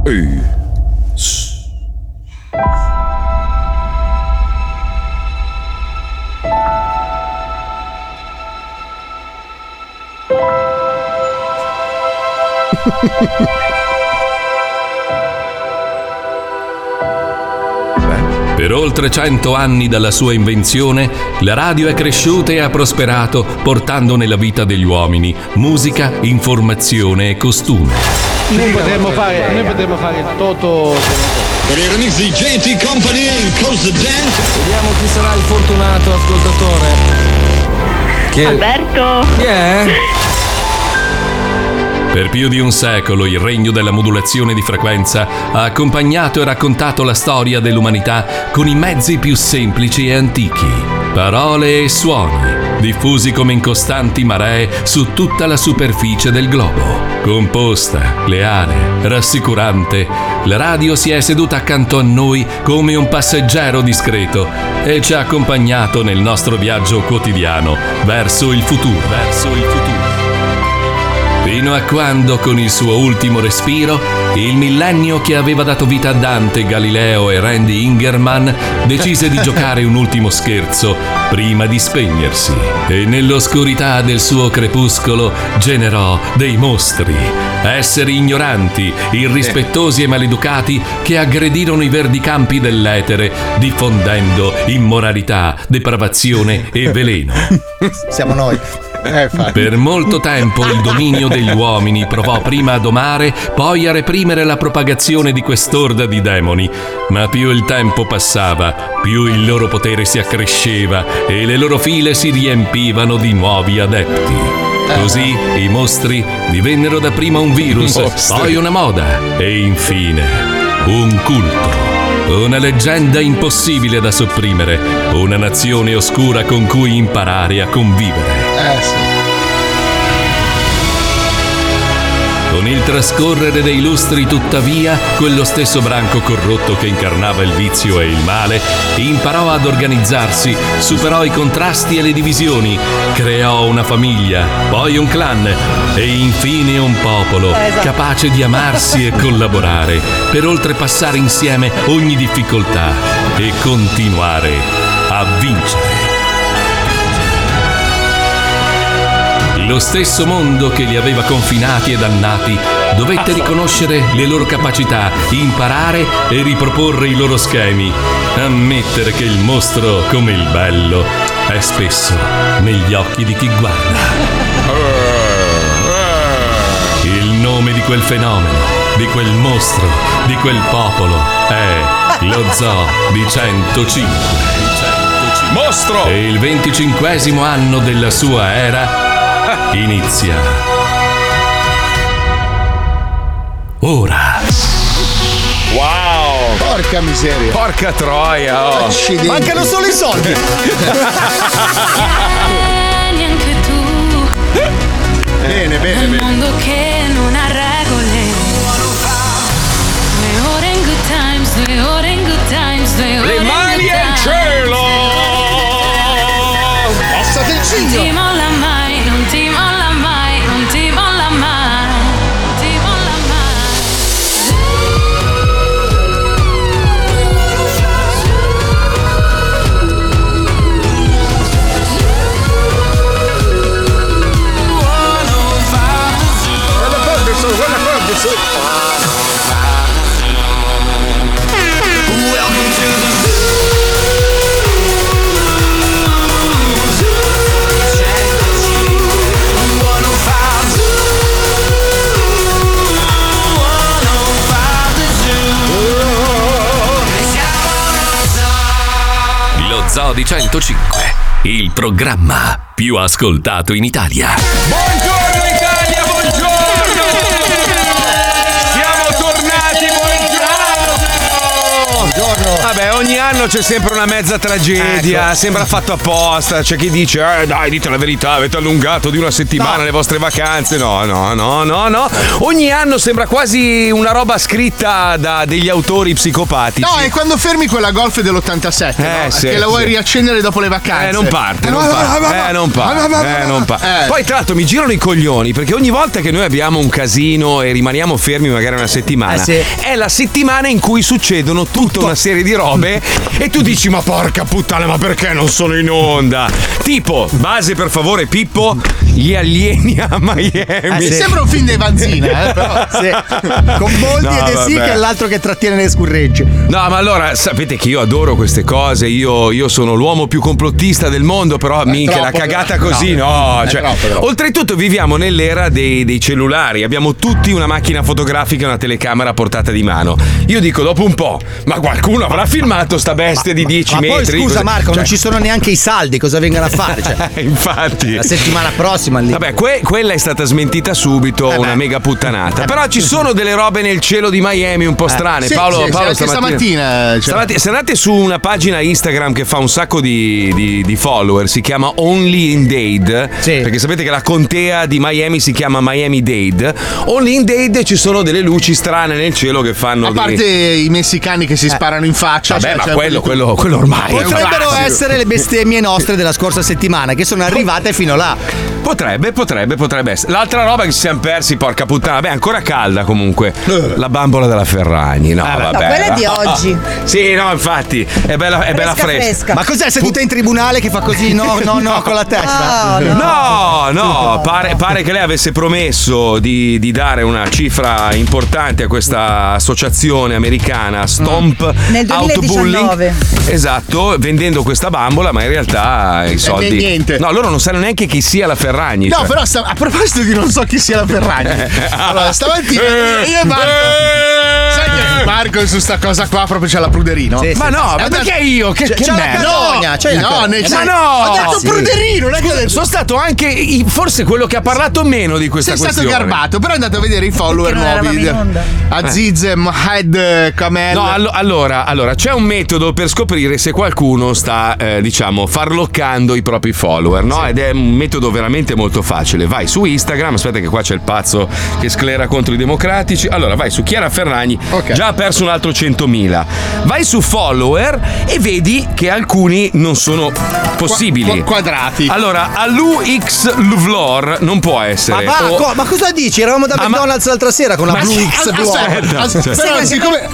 Per oltre 100 anni dalla sua invenzione, la radio è cresciuta e ha prosperato, portando nella vita degli uomini musica, informazione e costume. Noi potremmo fare il toto per i remix di JT Company in Close the Dance. Vediamo chi sarà il fortunato ascoltatore. Alberto. Chi è? Per più di un secolo il regno della modulazione di frequenza ha accompagnato e raccontato la storia dell'umanità con i mezzi più semplici e antichi. Parole e suoni, diffusi come in costanti maree su tutta la superficie del globo. Composta, leale, rassicurante, la radio si è seduta accanto a noi come un passeggero discreto e ci ha accompagnato nel nostro viaggio quotidiano verso il futuro. Fino a quando, con il suo ultimo respiro, il millennio che aveva dato vita a Dante, Galileo e Randy Ingerman decise di giocare un ultimo scherzo prima di spegnersi. E nell'oscurità del suo crepuscolo generò dei mostri, esseri ignoranti, irrispettosi e maleducati che aggredirono i verdi campi dell'etere, diffondendo immoralità, depravazione e veleno. Siamo noi. Per molto tempo il dominio degli uomini provò prima a domare, poi a reprimere la propagazione di quest'orda di demoni, ma più il tempo passava, più il loro potere si accresceva e le loro file si riempivano di nuovi adepti. Così i mostri divennero dapprima un virus, poi una moda e infine un culto. Una leggenda impossibile da sopprimere, una nazione oscura con cui imparare a convivere. Con il trascorrere dei lustri, tuttavia, quello stesso branco corrotto che incarnava il vizio e il male imparò ad organizzarsi, superò i contrasti e le divisioni, creò una famiglia, poi un clan e infine un popolo capace di amarsi e collaborare per oltrepassare insieme ogni difficoltà e continuare a vincere. Lo stesso mondo che li aveva confinati e dannati dovette riconoscere le loro capacità, imparare e riproporre i loro schemi, ammettere che il mostro, come il bello, è spesso negli occhi di chi guarda. Il nome di quel fenomeno, di quel mostro, di quel popolo è lo Zoo di 105. Mostro! E il 25° anno della sua era inizia ora. Wow! Porca miseria! Porca troia! Oh. Mancano solo i soldi! Neanche tu. Bene, bene, Un bene. mondo che non ha regole. 2 ore in good times, 2 ore in good times, 2 ore Le in mani good al times. cielo! Passate il Non ti cigno! molla mai, non ti molla mai, non ti molla mai, non ti molla Lo Zoo di 105, il programma più ascoltato in Italia. Buongiorno Italia, buongiorno! Siamo tornati, buongiorno! Buongiorno! Vabbè, ogni anno c'è sempre una mezza tragedia, Ecco. sembra fatto apposta. C'è chi dice, dai, dite la verità, avete allungato di una settimana le vostre vacanze. No. Ogni anno sembra quasi una roba scritta da degli autori psicopatici. No, è quando fermi quella Golf dell'87, no? sì, che la vuoi sì. riaccendere dopo le vacanze. Non parte. Poi tra l'altro mi girano i coglioni perché ogni volta che noi abbiamo un casino e rimaniamo fermi magari una settimana, sì. è la settimana in cui succedono tutta una serie di robe e tu dici ma porca puttana, ma perché non sono in onda? Tipo, base per favore Pippo, gli alieni a Miami. Sembra un film dei Vanzina, però. Sì. Con Boldi No, e De Sica vabbè. e l'altro che trattiene le scurregge. No, ma allora sapete che io adoro queste cose. Io sono l'uomo più complottista del mondo, però minchia, la troppo, cagata così, no. è Cioè, troppo. oltretutto viviamo nell'era dei cellulari. Abbiamo tutti una macchina fotografica e una telecamera a portata di mano. Io dico dopo un po', ma qualcuno avrà filmato sta bestia di 10 Ma poi metri? scusa Marco, Cioè, non ci sono neanche i saldi, cosa vengono a fare? Cioè, infatti. la settimana prossima lì. Vabbè, quella è stata smentita subito, una mega puttanata. Però ci sono delle robe nel cielo di Miami un po' strane. Sì, Paolo, sì, Paolo anche stamattina se andate su una pagina Instagram che fa un sacco di follower, si chiama Only in Dade, Sì. perché sapete che la contea di Miami si chiama Miami Dade. Only in Dade ci sono delle luci strane nel cielo che fanno A parte i messicani che si sparano in faccia. Vabbè, cioè, ma quello ormai è un Potrebbero classico. essere le bestemmie nostre della scorsa settimana che sono arrivate fino là. Potrebbe essere. L'altra roba che ci siamo persi, porca puttana, beh, ancora calda comunque. La bambola della Ferragni, no, vabbè. No, quella è di oggi. Sì, no, infatti, è bella fresca. Ma cos'è seduta in tribunale che fa così no con la testa? No, pare che lei avesse promesso di dare una cifra importante a questa associazione americana Stomp Nel Out 2019. Bullying. Esatto, vendendo questa bambola, ma in realtà i soldi niente. No, loro non sanno neanche chi sia la Ferragni. No, cioè. però a proposito di non so chi sia la Ferragni. Allora, stamattina io e Marco. Sai che Marco su sta cosa qua proprio c'ha la pruderino? Sì, Ma no, ma perché io? Che c'è la merda? carogna, c'è la No, carogna. nel Ma senso- no! Ho detto Sì. pruderino, non è che ho detto. Sono stato anche forse quello che ha parlato meno di questa Sei stato questione. garbato, però è andato a vedere i follower Perché non nuovi. eravamo in onda? Aziz, Mohamed, Kamel. No, allora c'è un metodo per scoprire se qualcuno sta, diciamo, farloccando i propri follower, no? Ed è un metodo veramente molto facile. Vai su Instagram, aspetta che qua c'è il pazzo che sclera contro i democratici. Allora vai su Chiara Ferragni, Ok. già ha perso un altro 100.000. Vai su follower e vedi che alcuni non sono possibili. Quadrati. Allora, Alu X Luvlor non può essere. Ma cosa dici? Eravamo da Ah, McDonald's l'altra sera con la Blue X Aspetta, però siccome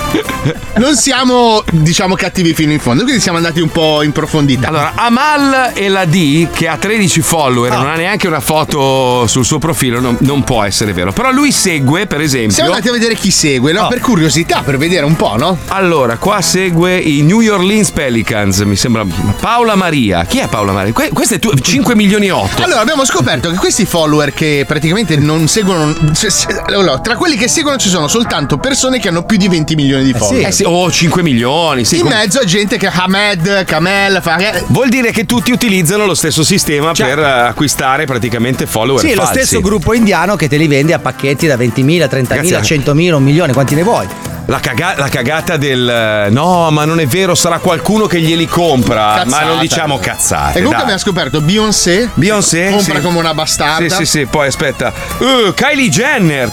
non siamo, diciamo, cattivi fino in fondo, quindi siamo andati un po' in profondità. Allora, Amal e la D, che ha 13 follower e non ha neanche una foto sul suo profilo, non può essere vero. Però lui segue, per esempio. Siamo andati a vedere chi segue, no? Oh. Per curiosità, per vedere un po', no? Allora, qua segue i New Orleans Pelicans, mi sembra. Paola Maria. Chi è Paola Maria? Questo è 5 milioni e 8. Allora, abbiamo scoperto che questi follower che praticamente non seguono. Allora, tra quelli che seguono ci sono soltanto persone che hanno più di 20 milioni di follower. Sì, 5 milioni. Sì, In mezzo a gente che Hamed, Kamel, vuol dire che tutti utilizzano lo stesso sistema per acquistare praticamente follower Sì, è lo falsi. stesso gruppo indiano che te li vende a pacchetti da 20.000, 30.000, Ragazzi, 100.000, 1 milione, quanti ne vuoi? La cagata del no, ma non è vero, sarà qualcuno che glieli compra. Cazzata. Ma non diciamo cazzate. E comunque dai. abbiamo scoperto Beyoncé compra sì. come una bastarda. Sì, poi aspetta. Kylie Jenner,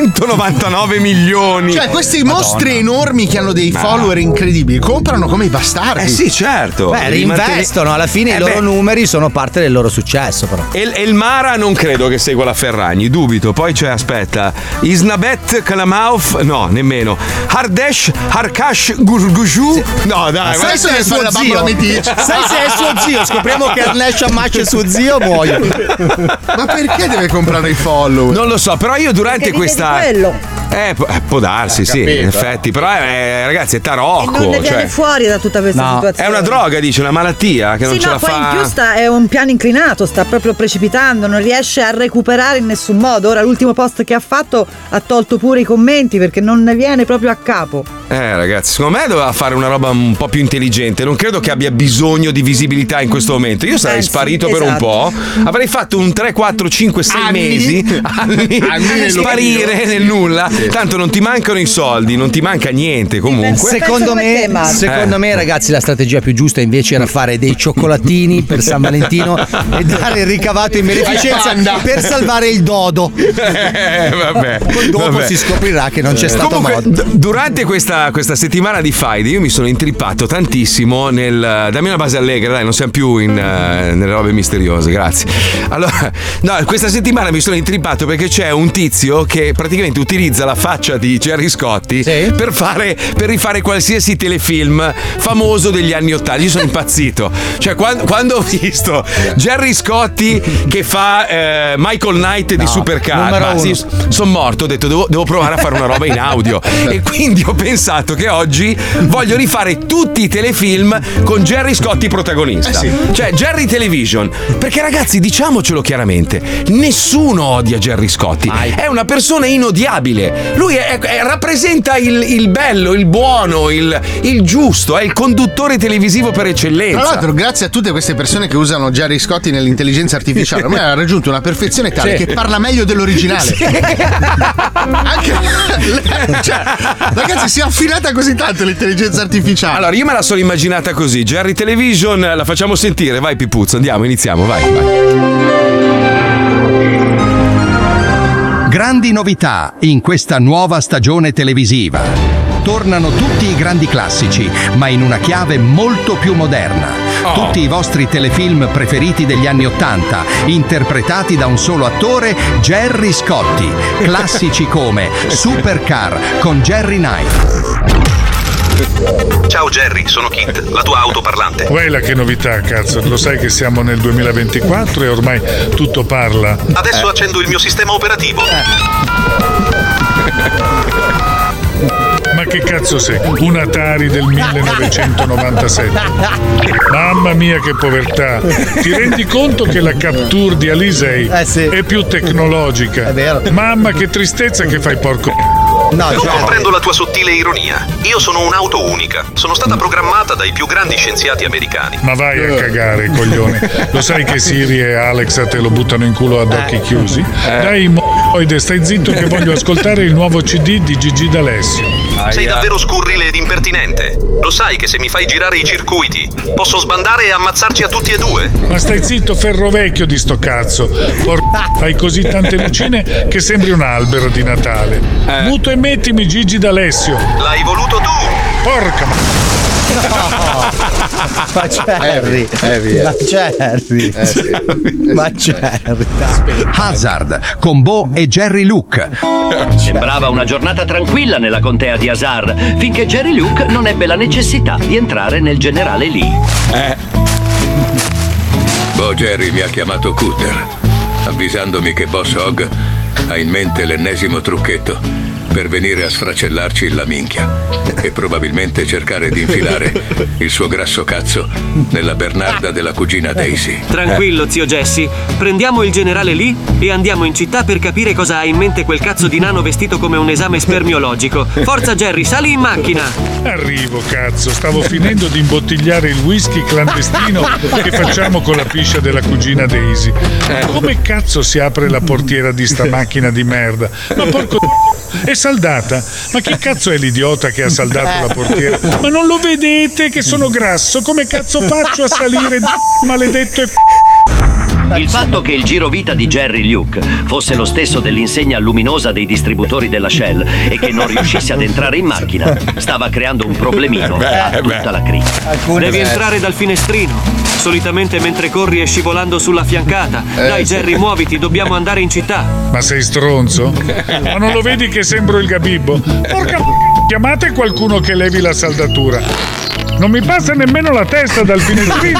399 milioni. Cioè, questi mostri enormi che hanno dei follower incredibili comprano come i bastardi. Sì, certo. Beh, reinvestono, alla fine i loro numeri sono parte del loro successo, però. E il Mara non credo che segua la Ferragni, dubito. Poi c'è, aspetta, Isnabet Kalamauf, no, nemmeno. Harkash Gurguju. No, dai, Sai se è suo zio? Sai se è suo zio? Scopriamo che Arnesh ammaccia il suo zio, muoio. Ma perché deve comprare i follower? Non lo so, però io durante Perché vive questa. di quello. Può darsi, sì, in effetti. Però, ragazzi, è E tarocco. non ne viene Cioè, fuori da tutta questa No, situazione. è una droga, dice, una malattia che non Sì, ce no, la poi fa. in più è un piano inclinato, sta proprio precipitando, non riesce a recuperare in nessun modo. Ora l'ultimo post che ha fatto ha tolto pure i commenti perché non ne viene proprio a capo. Ragazzi, secondo me doveva fare una roba un po' più intelligente. Non credo che abbia bisogno di visibilità in questo momento. Io sarei sparito per un po'. Avrei fatto un 3, 4, 5, 6 mesi anni sparire nel nulla. Tanto non ti mancano i soldi, non ti manca niente comunque. Secondo me, ragazzi, la strategia più giusta invece era fare dei cioccolatini per San Valentino e dare il ricavato in beneficenza per salvare il dodo. Vabbè. Poi dopo si scoprirà che non c'è stato comunque, modo. Durante questa settimana di Faide io mi sono intrippato tantissimo dammi una base allegra, dai, non siamo più nelle robe misteriose, grazie. Allora, no, questa settimana mi sono intrippato perché c'è un tizio che praticamente utilizza la faccia di Gerry Scotti per rifare qualsiasi telefilm famoso degli anni '80. Io sono impazzito. Cioè, quando ho visto Gerry Scotti che fa Michael Knight di Supercar, sono morto, ho detto devo provare a fare una roba in audio. E quindi ho pensato che oggi voglio rifare tutti i telefilm con Gerry Scotti protagonista. Cioè Gerry Television. Perché ragazzi, diciamocelo chiaramente, nessuno odia Gerry Scotti. È una persona inodiabile. Lui rappresenta il bello, il buono, il giusto, è il conduttore televisivo per eccellenza. Tra l'altro, grazie a tutte queste persone che usano Gerry Scotti nell'intelligenza artificiale, ormai ha raggiunto una perfezione tale che parla meglio dell'originale. Anche cioè, ragazzi, si è affinata così tanto l'intelligenza artificiale. Allora, io me la sono immaginata così. Gerry Television, la facciamo sentire. Vai Pipuzzo, andiamo, iniziamo, vai. Grandi novità in questa nuova stagione televisiva. Tornano tutti i grandi classici, ma in una chiave molto più moderna. Tutti i vostri telefilm preferiti degli anni '80, interpretati da un solo attore, Gerry Scotti. Classici come Supercar con Jerry Knight. Ciao Jerry, sono Kit, la tua auto parlante. Quella che novità, cazzo, lo sai che siamo nel 2024 e ormai tutto parla. Adesso accendo il mio sistema operativo. Ma che cazzo sei? Un Atari del 1997. Mamma mia che povertà. Ti rendi conto che la Capture di Alisei è più tecnologica? È vero. Mamma che tristezza che fai, porco. Non comprendo la tua sottile ironia. Io sono un'auto unica. Sono stata programmata dai più grandi scienziati americani. Ma vai a cagare, coglione. Lo sai che Siri e Alexa te lo buttano in culo ad occhi chiusi? Dai, m***oide, stai zitto che voglio ascoltare il nuovo CD di Gigi D'Alessio. Sei davvero scurrile ed impertinente. Lo sai che se mi fai girare i circuiti posso sbandare e ammazzarci a tutti e due? Ma stai zitto, ferro vecchio di sto cazzo. Hai così tante lucine che sembri un albero di Natale. Muto e mettimi Gigi D'Alessio. L'hai voluto tu. Porca Ma Jerry, ma Jerry. Hazard con Bo e Jerry Luke. Sembrava una giornata tranquilla nella contea di Hazard, finché Jerry Luke non ebbe la necessità di entrare nel generale Lee. Bo Jerry mi ha chiamato Cooter, avvisandomi che Boss Hogg ha in mente l'ennesimo trucchetto per venire a sfracellarci la minchia e probabilmente cercare di infilare il suo grasso cazzo nella Bernarda della cugina Daisy. Tranquillo, zio Jesse. Prendiamo il generale Lee e andiamo in città per capire cosa ha in mente quel cazzo di nano vestito come un esame spermiologico. Forza Jerry, sali in macchina. Arrivo, cazzo. Stavo finendo di imbottigliare il whisky clandestino che facciamo con la piscia della cugina Daisy. Come cazzo si apre la portiera di sta macchina di merda? Ma porco è saldata? Ma chi cazzo è l'idiota che ha saldato la portiera? Ma non lo vedete che sono grasso? Come cazzo faccio a salire, maledetto e Il fatto che il girovita di Jerry Luke fosse lo stesso dell'insegna luminosa dei distributori della Shell e che non riuscisse ad entrare in macchina stava creando un problemino a tutta la cricca. Devi entrare dal finestrino. Solitamente mentre corri e scivolando sulla fiancata. Dai Jerry, muoviti, dobbiamo andare in città. Ma sei stronzo? Ma non lo vedi che sembro il Gabibbo? Porca chiamate qualcuno che levi la saldatura. Non mi passa nemmeno la testa dal finestrino.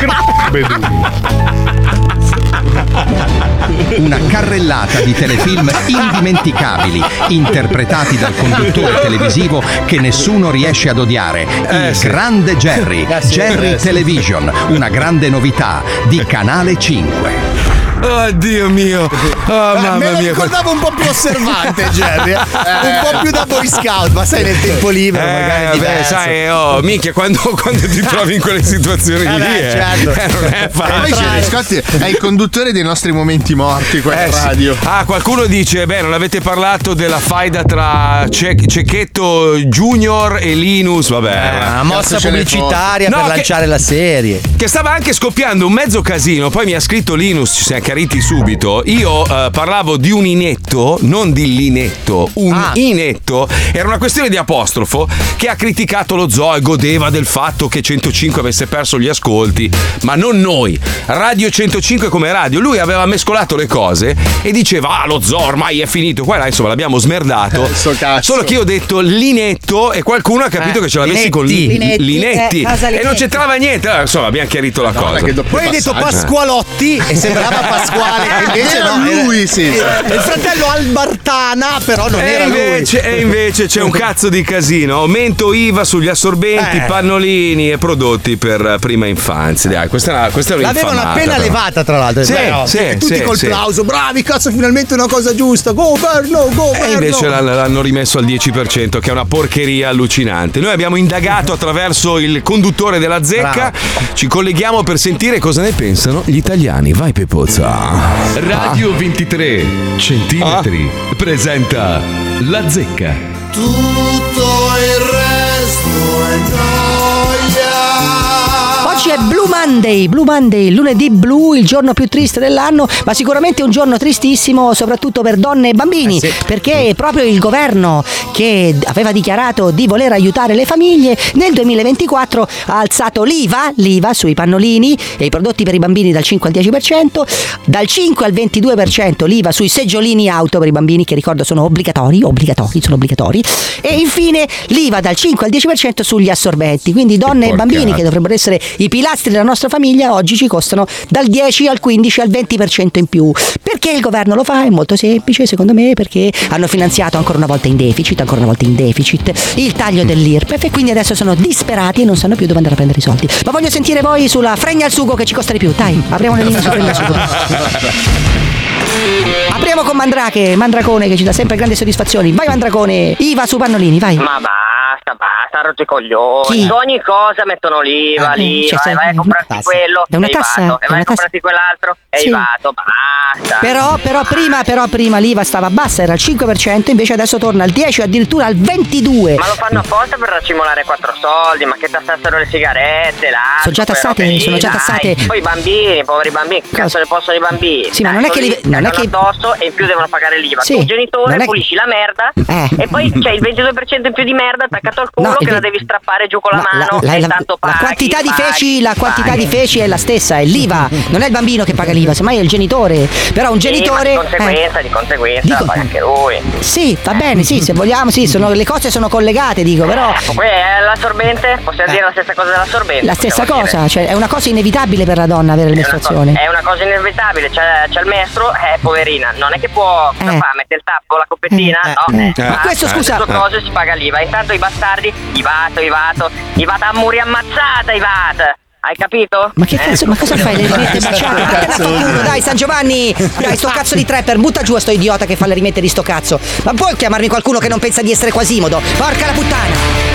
Una carrellata di telefilm indimenticabili, interpretati dal conduttore televisivo che nessuno riesce ad odiare, il grande Jerry, Jerry Television, una grande novità di Canale 5. Oh Dio mio. Oh mamma Me lo mia. ricordavo un po' più osservante, Jerry. Un po' più da Boy Scout, ma sai nel tempo libero magari è diverso. Sai, minchia, quando ti trovi in quelle situazioni lì, certo. non è facile. Poi Gerry Scotti è il conduttore dei nostri momenti morti qua in radio. Sì. Ah, qualcuno dice, non avete parlato della faida tra Cecchetto Junior e Linus, una mossa pubblicitaria per lanciare la serie. Che stava anche scoppiando un mezzo casino. Poi mi ha scritto Linus, ci siamo chiariti subito. Io parlavo di un inetto, non di linetto. Inetto era una questione di apostrofo che ha criticato lo zoo e godeva del fatto che 105 avesse perso gli ascolti, ma non noi. Radio 105 come radio. Lui aveva mescolato le cose e diceva lo zoo ormai è finito. Qua insomma l'abbiamo smerdato. Solo che io ho detto linetto e qualcuno ha capito che ce l'avessi con Linetti e non c'entrava niente. Allora, insomma abbiamo chiarito la cosa. Poi hai detto Pasqualotti e sembrava Pasquale, invece era lui, sì. Il fratello Albartana, però non era lui. E invece c'è un cazzo di casino. Aumento IVA sugli assorbenti, pannolini e prodotti per prima infanzia. Dai, questa è un'infamata. L'avevano appena levata, tra l'altro. Tutti col plauso, bravi, cazzo, finalmente una cosa giusta. Governo. E invece l'hanno rimesso al 10%, che è una porcheria allucinante. Noi abbiamo indagato attraverso il conduttore della Zecca. Ci colleghiamo per sentire cosa ne pensano gli italiani. Vai Pepozza. Radio 23 centimetri presenta La Zecca. Tutto il resto è noia. Oggi è Blue Monday, lunedì blu, il giorno più triste dell'anno, ma sicuramente un giorno tristissimo soprattutto per donne e bambini, perché proprio il governo che aveva dichiarato di voler aiutare le famiglie nel 2024 ha alzato l'IVA sui pannolini e i prodotti per i bambini dal 5 al 10%, dal 5 al 22% l'IVA sui seggiolini auto per i bambini, che ricordo sono obbligatori, e infine l'IVA dal 5 al 10% sugli assorbenti. Quindi donne e bambini che dovrebbero essere i pilastri della nostra famiglia oggi ci costano dal 10 al 15 al 20% in più. Perché il governo lo fa? È molto semplice secondo me, perché hanno finanziato ancora una volta in deficit il taglio dell'IRPEF e quindi adesso sono disperati e non sanno più dove andare a prendere i soldi. Ma voglio sentire voi sulla fregna al sugo che ci costa di più. Dai, apriamo le linee su fregna al sugo. Apriamo con Mandracone che ci dà sempre grandi soddisfazioni. Vai Mandracone, IVA su pannolini, vai. Ma basta, rotto i coglioni. Su ogni cosa mettono l'IVA, vai a comprarti quello, è una tassa, vai a comprarti quell'altro, è IVAto, basta. Però prima l'IVA stava bassa, era al 5%, invece adesso torna al 10 o addirittura al 22%. Ma lo fanno apposta per racimolare 4 soldi, ma che tassassero le sigarette, sono già tassate. Poi i bambini, poveri bambini, che cazzo ne possono i bambini? Sì, ma non è che addosso e in più devono pagare l'IVA. Sì, tu genitore pulisci la merda e poi c'è il 22% in più di merda attaccato al culo che la devi strappare giù con la mano e tanto paghi. La quantità di feci è la stessa, è l'IVA, non è il bambino che paga l'IVA, semmai è il genitore. Però un genitore di conseguenza paga anche lui. Sì, va bene, sì, se vogliamo, sì, le cose sono collegate, dico, però poi l'assorbente, possiamo dire la stessa cosa dell'assorbente. La stessa cosa, cioè è una cosa inevitabile per la donna avere le mestruazioni. È una cosa inevitabile, c'è il mestro, poverina, non è che può mette il tappo, la coppettina, no. Ma questo scusa, queste cose si paga l'IVA. Intanto i bastardi, IVAto a muri ammazzata, IVAT. Hai capito? Ma che cazzo, ma cosa fai? Le rimette baciate? Dai, San Giovanni! Dai, sto cazzo di trapper, butta giù a sto idiota che fa le rimette di sto cazzo. Ma puoi chiamarmi qualcuno che non pensa di essere Quasimodo? Porca la puttana!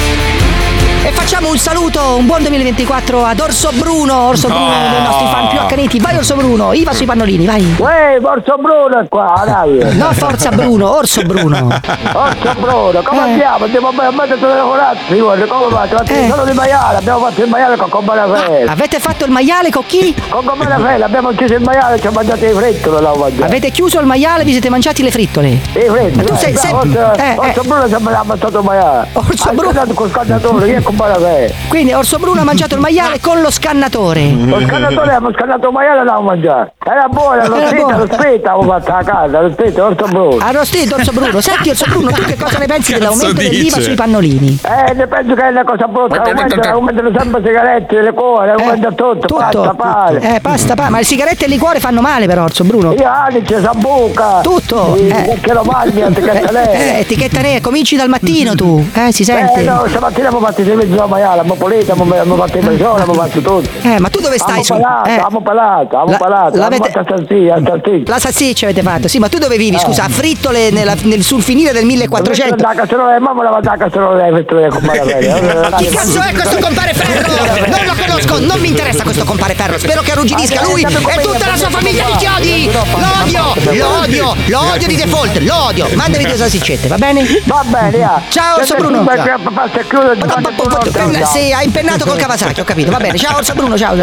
E facciamo un saluto, un buon 2024 ad Orso Bruno, dei nostri fan più accaniti. Vai Orso Bruno, IVA sui pannolini, vai. Orso Bruno è qua, dai. No, Forza Bruno, Orso Bruno. Orso Bruno, come andiamo? Andiamo a mettere tutte le corazze, come fate? Solo di maiale, abbiamo fatto il maiale con Combanafè. Avete fatto il maiale con chi? Con Combanafè, abbiamo chiuso il maiale e ci abbiamo mangiato le frittole. Avete chiuso il maiale e vi siete mangiati le frittole? Le frittole. Ma tu sei Orso Bruno ci ha mangiato il maiale. Orso Bruno con scannatore, chi è Combanafè? Quindi Orso Bruno ha mangiato il maiale con lo scannatore. Lo scannatore, abbiamo scannato il maiale e l'abbiamo mangiato. Era buono, lo spetta, avevo fatto a casa, Orso Bruno. Arrostito Orso Bruno. Senti Orso Bruno, tu che cosa ne pensi dell'aumento dell'IVA sui pannolini? Ne penso che è una cosa brutta, aumentano sempre sigarette, le cuore, aumenta tutto. Pasta, pane. Pasta, pane, ma le sigarette e il liquore fanno male però Orso Bruno. Io alice, sambuca. Tutto. Che lo mangi, etichetta nera. Etichetta nera, cominci dal mattino tu, si sente. No, stamattina abbiamo fatto i ci siamo maiali, abbiamo pulito, abbiamo fatto in prigione, abbiamo fatto tutto. Ma tu dove stai? Abbiamo palato, abbiamo fatto la salsiccia avete fatto, sì, ma tu dove vivi? Scusa, a Frittole sul finire del 1400. Mamma la vada a Castellone, compare Ferro. Chi cazzo è questo compare Ferro? Non lo conosco, non mi interessa questo compare Ferro. Spero che arrugginisca lui e tutta la sua famiglia di chiodi. Lo odio di default, lo odio. Mandami 2 salsiccette, va bene? Va bene, Ciao Orso Bruno. Sì, ha impennato col Kawasaki, ho capito. Va bene, ciao Orso Bruno, ciao.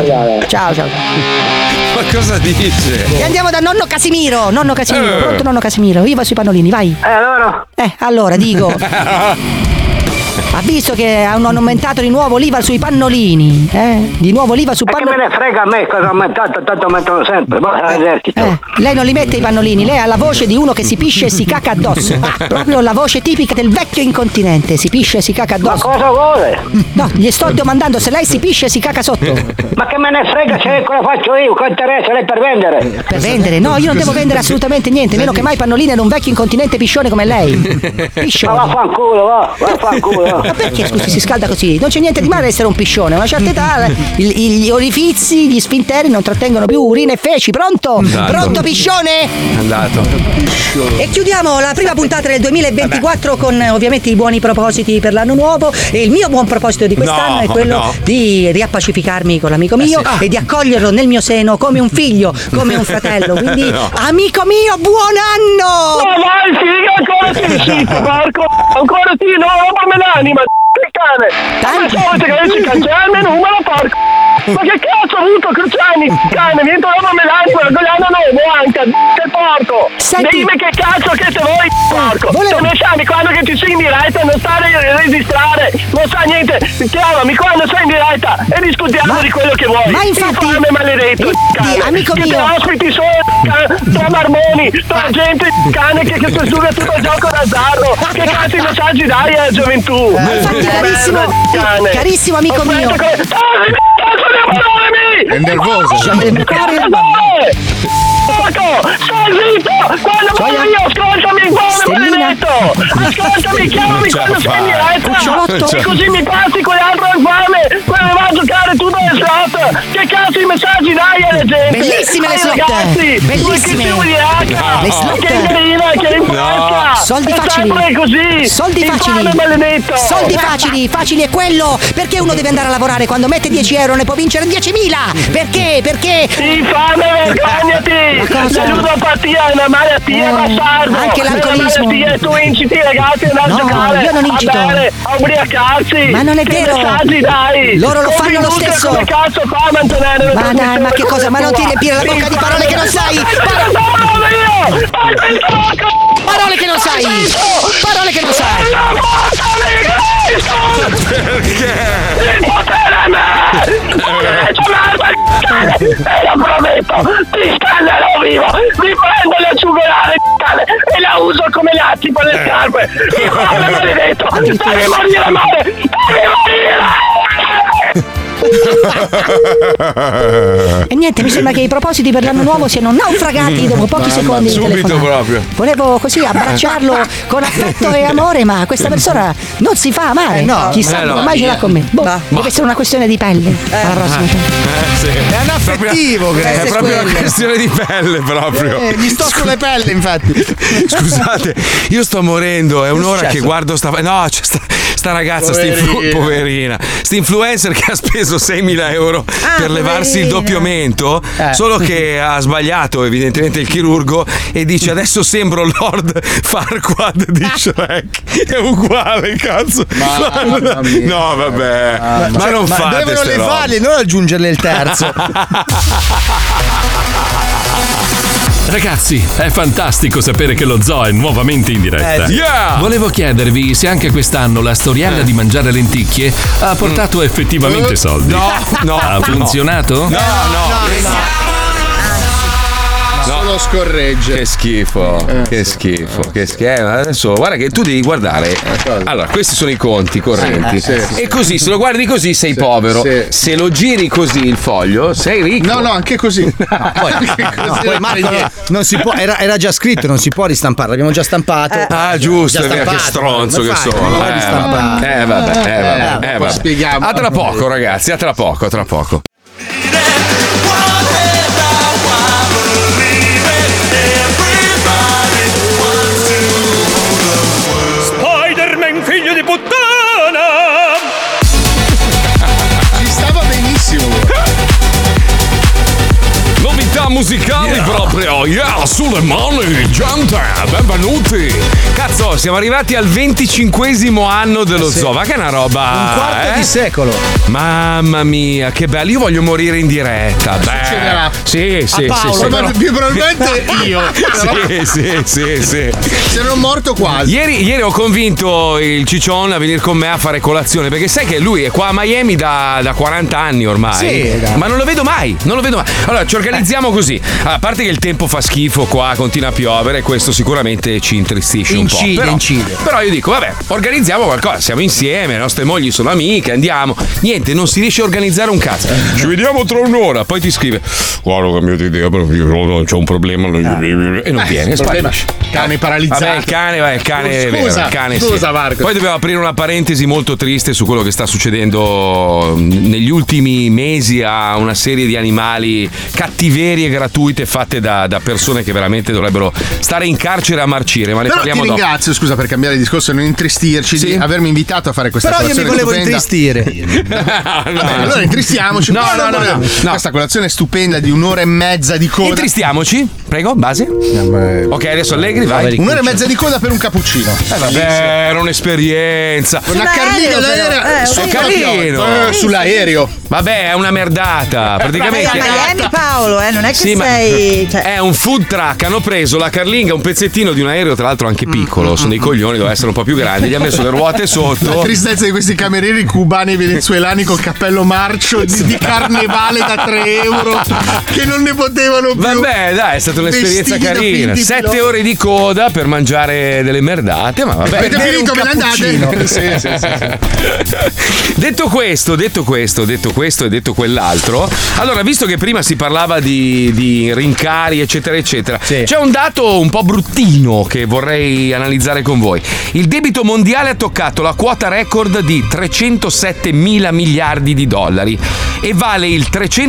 Ma cosa dice? E andiamo da nonno Casimiro. Pronto nonno Casimiro? Viva sui pannolini, vai. Allora dico. Ha visto che hanno aumentato di nuovo l'IVA sui pannolini, Di nuovo l'IVA su pannolini. Che me ne frega a me cosa ha aumentato, tanto aumentano sempre. Lei non li mette i pannolini, lei ha la voce di uno che si pisce e si caca addosso. Proprio la voce tipica del vecchio incontinente, si pisce e si caca addosso. Ma cosa vuole? No, gli sto domandando se lei si pisce e si caca sotto. Ma che me ne frega se cosa faccio io, che interessa lei per vendere? Per vendere? No, io non devo vendere assolutamente niente, meno che mai pannolini ad un vecchio incontinente piscione come lei. Piscione. Ma vaffanculo. Ma perché, scusi, si scalda così? Non c'è niente di male essere un piscione. A una certa età gli orifizi, gli sfinteri non trattengono più urine e feci. Pronto? Pronto, piscione? Andato. E chiudiamo la prima puntata del 2024 con ovviamente i buoni propositi per l'anno nuovo. E il mio buon proposito di quest'anno è quello di riappacificarmi con l'amico mio e di accoglierlo nel mio seno come un figlio, come un fratello. Quindi, amico mio, buon anno! Ma vai, figa, ancora ti zitto, porco! Ancora ti, no, rompami l'anima, cane! Ma volete che ci cancelli, numero, porco! Ma che cazzo ha avuto Cruciani, cane? Vieni, rompami l'anima, Gogliano nuovo, anche, che porco! Dimmi che cazzo che te vuoi, porco! Sono esami, quando che ti sei in diretta, non stare a registrare, non sa niente, chiamami quando sei in diretta e discutiamo di quello che vuoi! Ma infatti, maledetto, cane! Amico che mio, te ospiti solo, tra marmoni, tra gente, cane, che si suga tutto il gioco d'azzardo! Che cazzo di messaggi dai alla gioventù? Carissimo amico mio, è nervoso. Stai zitto! Quando parlo io, ascoltami, maledetto! Ascoltami, chiamami quando sei in diretta! E così mi passi quell'altro infame! Quello va a giocare tutto le slot! Che cazzo di messaggi dai alla gente? Bellissime le slot! Ragazzi! Bellissime! Le slot! Che carina, che rinfresca! Soldi facili! Così! Soldi facili! Maledetto! Soldi facili è quello! Perché uno deve andare a lavorare quando mette 10 euro ne può vincere 10.000? Perché? Infame, vergognati! La ludopatia è una malattia, bastardo! Anche l'alcolismo! Tu inciti ragazzi ad andare a giocare! Io non incito! A bere, a ubriacarsi! Ma non è che vero! messaggi dai! Loro lo fanno lo stesso! Come cazzo fa a mantenere ma dai, ma che cosa? Ma non ti riempire la bocca di parole che non sai! Parole che non sai! Parole che non sai! Perché? Il potere a me! E lo prometto, ti scannerò vivo! Mi prendo le ciugolare e la uso come lacci per le scarpe! Mi prendo maledetto! Devi morire male! Devi morire! E niente, mi sembra che i propositi per l'anno nuovo siano naufragati dopo pochi secondi di subito telefonata. proprio. Volevo così abbracciarlo con affetto e amore, ma questa persona non si fa amare. Chissà come mai ce l'ha con me. Deve essere una questione di pelle. Alla prossima. Sì. È un affettivo che è proprio una questione di pelle proprio. Gli sto sulle pelle, infatti. Scusate, io sto morendo, è un'ora che guardo c'è sta ragazza, poverina, sta influencer che ha speso 6.000 euro per levarsi il doppio mento, solo che ha sbagliato evidentemente il chirurgo e dice adesso sembro Lord Farquaad di Shrek. È uguale, cazzo. No, vabbè. Ma non fate dovevano levarli, non aggiungerle il terzo. Ragazzi, è fantastico sapere che lo zoo è nuovamente in diretta. Volevo chiedervi se anche quest'anno la storiella di mangiare lenticchie ha portato effettivamente soldi. No. Ha funzionato? No. Solo scorregge. Che schifo, che schifo. Adesso guarda che tu devi guardare. Allora, questi sono i conti correnti. E così, se lo guardi così sei povero. Se lo giri così il foglio, sei ricco. No, anche così. Poi Marco non si può, era già scritto, non si può ristampare, l'abbiamo già stampato. Giusto, è vero, che stronzo che sono. Vabbè. Spieghiamo. A tra poco, ragazzi, a tra poco. Spider-Man, figlio di puttana! Ci stava benissimo. Novità musicali proprio, sulle mani, gente, benvenuti. Cazzo, siamo arrivati al 25esimo anno dello zoo, ma che è una roba. Un quarto di secolo. Mamma mia, che bello, io voglio morire in diretta. Succederà. Sì. Però più probabilmente io. Sì. Se non morto quasi. Ieri ho convinto il Ciccione a venire con me a fare colazione, perché sai che lui è qua a Miami da 40 anni ormai. Ma non lo vedo mai. Allora ci organizziamo così. A parte che il tempo fa schifo qua, continua a piovere, questo sicuramente ci intristisce un po'. Incide. Però io dico, vabbè, organizziamo qualcosa, siamo insieme, le nostre mogli sono amiche, andiamo. Niente, non si riesce a organizzare un cazzo. Ci vediamo tra un'ora, poi ti scrive: guarda, ho cambiato idea, però c'è un problema. E non viene, sparisce. Cane paralizzato. Vabbè, il cane. Scusa, Marco. Poi dobbiamo aprire una parentesi molto triste su quello che sta succedendo negli ultimi mesi a una serie di animali cattiverie gratuite fatte da persone che veramente dovrebbero stare in carcere a marcire. Ma ne però parliamo ti ringrazio, scusa, per cambiare discorso e non intristirci, di avermi invitato a fare questa colazione. Però io mi volevo intristire. Allora intristiamoci. No. Questa colazione stupenda di un'ora e mezza di coda. Intristiamoci, prego, base. Ok, adesso allegri, vai. Un'ora e mezza di coda per un cappuccino. Vabbè, era un'esperienza. Una carliga d'aereo sull'aereo. Vabbè, è una merdata. Praticamente. Ma a Miami, Paolo, non è che sì, sei. È un food truck. Hanno preso la carlinga, un pezzettino di un aereo, tra l'altro anche piccolo. Sono dei coglioni, doveva essere un po' più grandi. Gli ha messo le ruote sotto. La tristezza di questi camerieri cubani e venezuelani col cappello marcio di carnevale da 3 euro che non ne potevano più. Vabbè, dai, è stata un'esperienza carina. 7 ore di coda per mangiare delle merdate, ma vabbè. Avete finito, ve ne andate? Sì. Detto questo e detto quell'altro, allora, visto che prima si parlava di rincari, eccetera, eccetera, c'è un dato un po' bruttino che vorrei analizzare con voi. Il debito mondiale ha toccato la quota record di 307 mila miliardi di dollari e vale il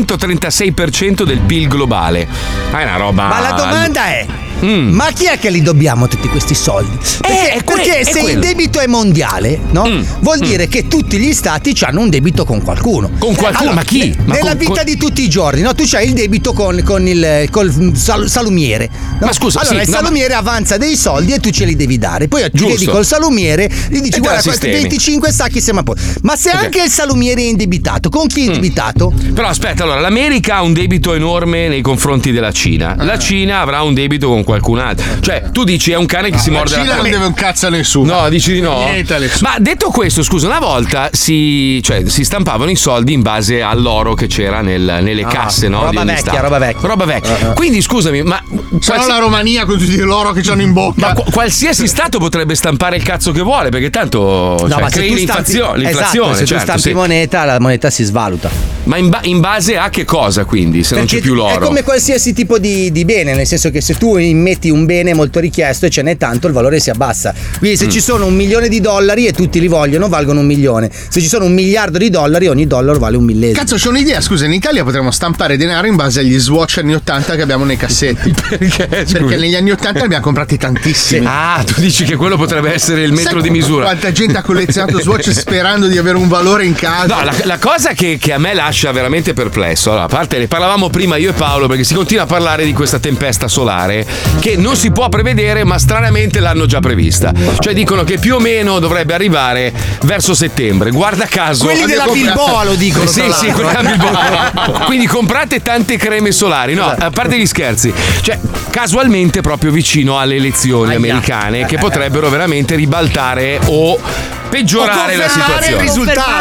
336% del PIL globale. Ma è una roba. Ma la domanda è: ma chi è che li dobbiamo tutti questi soldi? Perché se il debito è mondiale, no? Vuol dire che tutti gli stati hanno un debito con qualcuno. Con qualcuno? Allora, ma chi? Nella vita di tutti i giorni, no? Tu c'hai il debito col salumiere. No? Ma scusa, allora il salumiere avanza dei soldi e tu ce li devi dare. Poi ti vedi col salumiere, gli dici: guarda, questi 25 sacchi siamo a posto. Ma se anche il salumiere è indebitato, con chi è indebitato? Però aspetta, allora, l'America ha un debito enorme nei confronti della Cina. La Cina avrà un debito con qualcun altro. Cioè, tu dici è un cane che si morde la Cina non deve un cazzo a nessuno. No, dici di no. Niente a nessuno. Ma detto questo, scusa, una volta si stampavano i soldi in base all'oro che c'era nelle casse, no? Roba vecchia. Quindi scusami, ma sarà la Romania con tutti l'oro che c'hanno in bocca. Ma qualsiasi stato potrebbe stampare il cazzo che vuole, perché tanto crei l'inflazione. Esatto, se tu stampi moneta, la moneta si svaluta. Ma in base a che cosa, quindi, se perché non c'è più l'oro? È come qualsiasi tipo di bene, nel senso che se tu immetti un bene molto richiesto e ce n'è tanto, il valore si abbassa. Quindi se ci sono $1 milione e tutti li vogliono, valgono $1 milione. Se ci sono $1 miliardo, ogni dollaro vale $1 millesimo. Cazzo, c'ho un'idea, scusa, in Italia potremmo stampare denaro in base agli Swatch anni 80 che abbiamo nei cassetti. Perché? Perché negli anni 80 ne abbiamo comprati tantissimi. Ah, tu dici che quello potrebbe essere il metro di misura. Quanta gente ha collezionato Swatch sperando di avere un valore in casa. No, la cosa che a me lascia veramente perplesso, allora, a parte ne parlavamo prima io e Paolo, perché si continua a parlare di questa tempesta solare che non si può prevedere, ma stranamente l'hanno già prevista. Cioè dicono che più o meno dovrebbe arrivare verso settembre. Guarda caso, quelli della Bilboa lo dicono. Sì, quelli della Bilboa. Quindi comprate tante creme solari. No, a parte gli scherzi, cioè casualmente proprio vicino alle elezioni americane che potrebbero veramente ribaltare o peggiorare la situazione. Il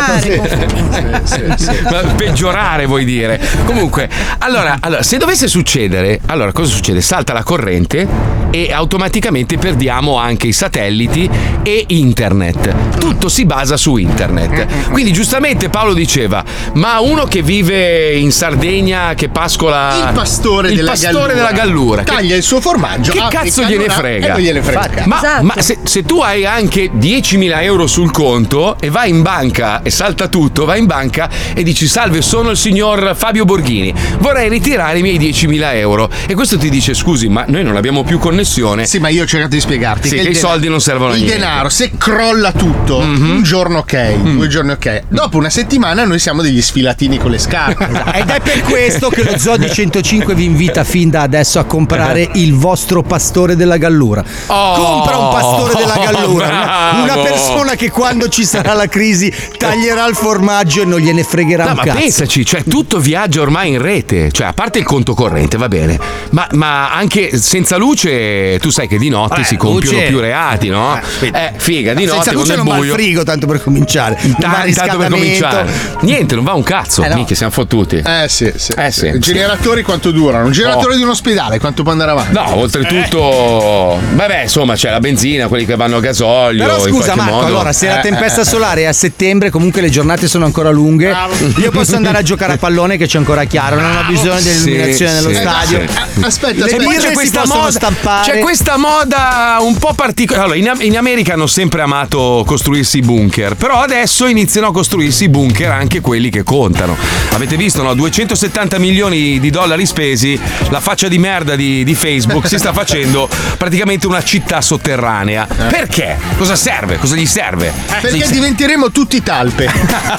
risultato. Peggiorare vuoi dire. Comunque, allora, se dovesse succedere, allora cosa succede? Salta la corrente e automaticamente perdiamo anche i satelliti e internet. Tutto si basa su internet. Quindi giustamente Paolo diceva: ma uno che vive in Sardegna, che pascola il pastore della gallura taglia il suo formaggio, che cazzo gliene frega? Non gliene frega. Ma se tu hai anche 10.000 euro sul conto e vai in banca e salta tutto, vai in banca e dici: salve, sono il signor Fabio Borghini, vorrei ritirare i miei 10.000 euro, e questo ti dice: scusi, ma noi non abbiamo più connessione. Sì, ma io ho cercato di spiegarti che i soldi non servono a niente. Il denaro, se crolla tutto, un giorno ok, 2 giorni ok, dopo una settimana noi siamo degli sfilatini con le scarpe. Ed è per questo che lo Zoo di 105 vi invita fin da adesso a comprare il vostro pastore della gallura. Compra un pastore della gallura, una persona che quando ci sarà la crisi taglierà il formaggio e non gliene fregherà un ma cazzo. pensaci, cioè tutto viaggia ormai in rete, cioè a parte il conto corrente, va bene, ma anche senza luce tu sai che di notte si compiono più reati, no? Figa, di notte senza luce non va il frigo, tanto per cominciare. Tanto per cominciare. Niente, non va un cazzo. No. Minchia, siamo fottuti. Sì. I generatori quanto durano? Un generatore di un ospedale quanto può andare avanti? No, oltretutto, vabbè, insomma, c'è la benzina, quelli che vanno a gasolio. Però scusa Marco, modo. allora se la tempesta solare è a settembre, comunque le giornate sono ancora lunghe. Io posso andare a giocare a pallone che c'è ancora chiaro, non ho bisogno dell'illuminazione nello stadio. Aspetta, le birre si possono stampare. C'è questa moda un po' particolare. Allora, in America hanno sempre amato costruirsi i bunker, però adesso iniziano a costruirsi i bunker anche quelli che contano. Avete visto, no? 270 milioni di dollari spesi, la faccia di merda di Facebook si sta facendo praticamente una città sotterranea. Perché? Cosa serve? Cosa gli serve? Perché diventeremo tutti talpe.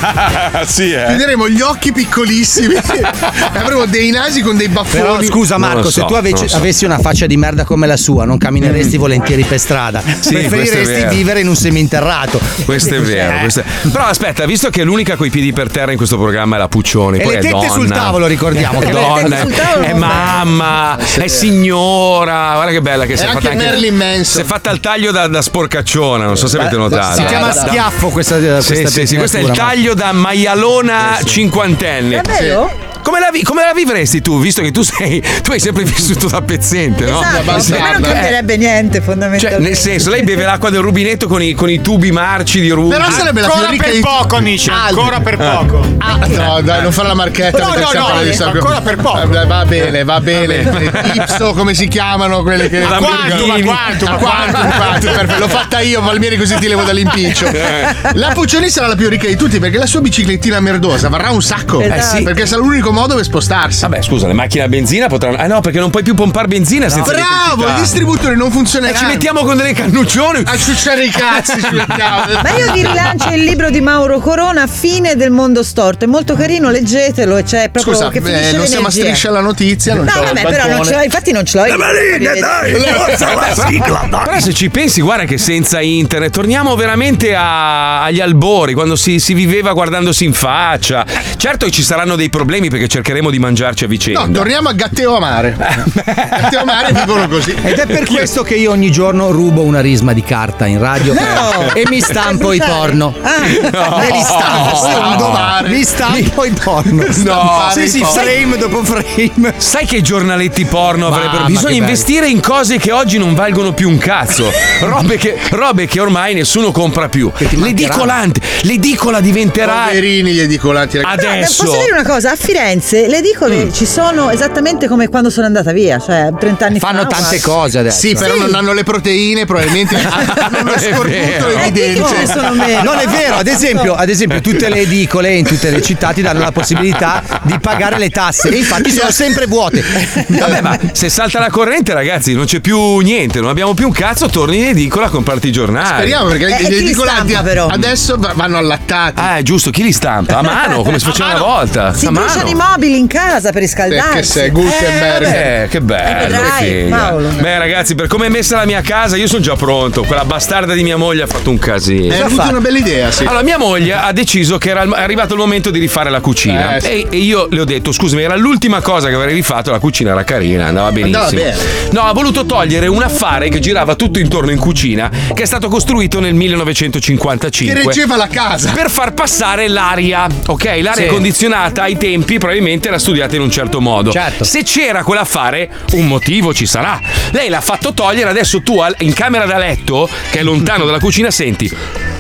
Chiuderemo gli occhi piccolissimi. Avremo dei nasi con dei baffoni. Però scusa Marco, se tu avessi una faccia di merda come la sua, non cammineresti volentieri per strada. Preferiresti vivere in un seminterrato. Questo è vero. Però aspetta, visto che l'unica coi piedi per terra in questo programma è la Puccioni, e poi le è tette donna. sul tavolo, ricordiamo che è donna, è mamma, è signora. Guarda che bella che si è fatta anche Marilyn Manson. Si è fatta il taglio da sporcacciona, non so se avete notato. Si chiama schiaffo questa sì, questo è il taglio da maialona cinquantenne. Davvero? Come la vivresti tu, visto che tu hai sempre vissuto da pezzente, no? Esatto, per me non cambierebbe niente fondamentalmente. Cioè, nel senso, lei beve l'acqua del rubinetto con i tubi marci di rubi. Però sarebbe la più ricca per poco, amici, ancora per poco. No, dai, non fare la marchetta. No, ancora per poco. Va bene. Ipso, come si chiamano quelle che... Quantum. L'ho fatta io, Palmieri, così ti levo dall'impiccio. La Puccioni sarà la più ricca di tutti perché la sua biciclettina merdosa varrà un sacco. Esatto. Perché sarà l'unico modo per spostarsi. Vabbè, scusa, le macchine a benzina potranno. No, perché non puoi più pompare benzina senza Bravo, i distributori non funzioneranno. Ci mettiamo con delle cannuccione a ciucciare i cazzi. Ma io vi rilancio il libro di Mauro Corona, Fine del mondo storto. È molto carino, leggetelo. E c'è proprio Scusa, che finisce non siamo a Striscia alla notizia. Non no, vabbè, però non ce l'ho. Infatti non ce l'ho. Però se ci pensi, guarda che senza internet torniamo veramente agli albori, quando si viveva guardandosi in faccia. Certo che ci saranno dei problemi perché cercheremo di mangiarci a vicenda. No, torniamo a Gatteo Amare. Gatteo Amare vivono così. Ed è per questo che io ogni giorno rubo una risma di carta in radio e mi stampo i porno. Me li stampo. Mi stampo i porno. No, sì, frame dopo frame. Sai che giornaletti porno avrebbero? Bisogna investire in cose che oggi non valgono più un cazzo. Robe che ormai nessuno compra più. L'edicola diventerà. Poverini gli edicolanti. Adesso. Posso dire una cosa? A Firenze le edicole ci sono esattamente come quando sono andata via, cioè 30 anni fa. Fanno tante cose adesso. Sì, però non hanno le proteine, probabilmente hanno uno scorbuto evidente. Non è vero, ad esempio tutte le edicole in tutte le città ti danno la possibilità di pagare le tasse e infatti sono sempre vuote. Vabbè, ma se salta la corrente, ragazzi, non c'è più niente, non abbiamo più un cazzo, torni in edicola a comprarti i giornali. Speriamo, perché gli edicolanti adesso vanno allattati. Giusto, chi li stampa? A mano, come si faceva una volta. Si bruciano i mobili in casa per riscaldarsi. Che sei Gutenberg. Che bello. Vedrai, che figa. Paolo. Beh, ragazzi, per come è messa la mia casa, io sono già pronto. Quella bastarda di mia moglie ha fatto un casino. Hai avuto una bella idea, sì. Allora, mia moglie ha deciso che era arrivato il momento di rifare la cucina. Sì. E io le ho detto: scusami, era l'ultima cosa che avrei rifatto. La cucina era carina, andava benissimo. Andava bene. No, ha voluto togliere un affare che girava tutto intorno in cucina, che è stato costruito nel 1955. Che reggeva la casa. Per far passare l'aria, ok? L'aria condizionata ai tempi probabilmente era studiata in un certo modo. Certo. Se c'era quell'affare, un motivo ci sarà. Lei l'ha fatto togliere, adesso tu in camera da letto, che è lontano dalla cucina, senti.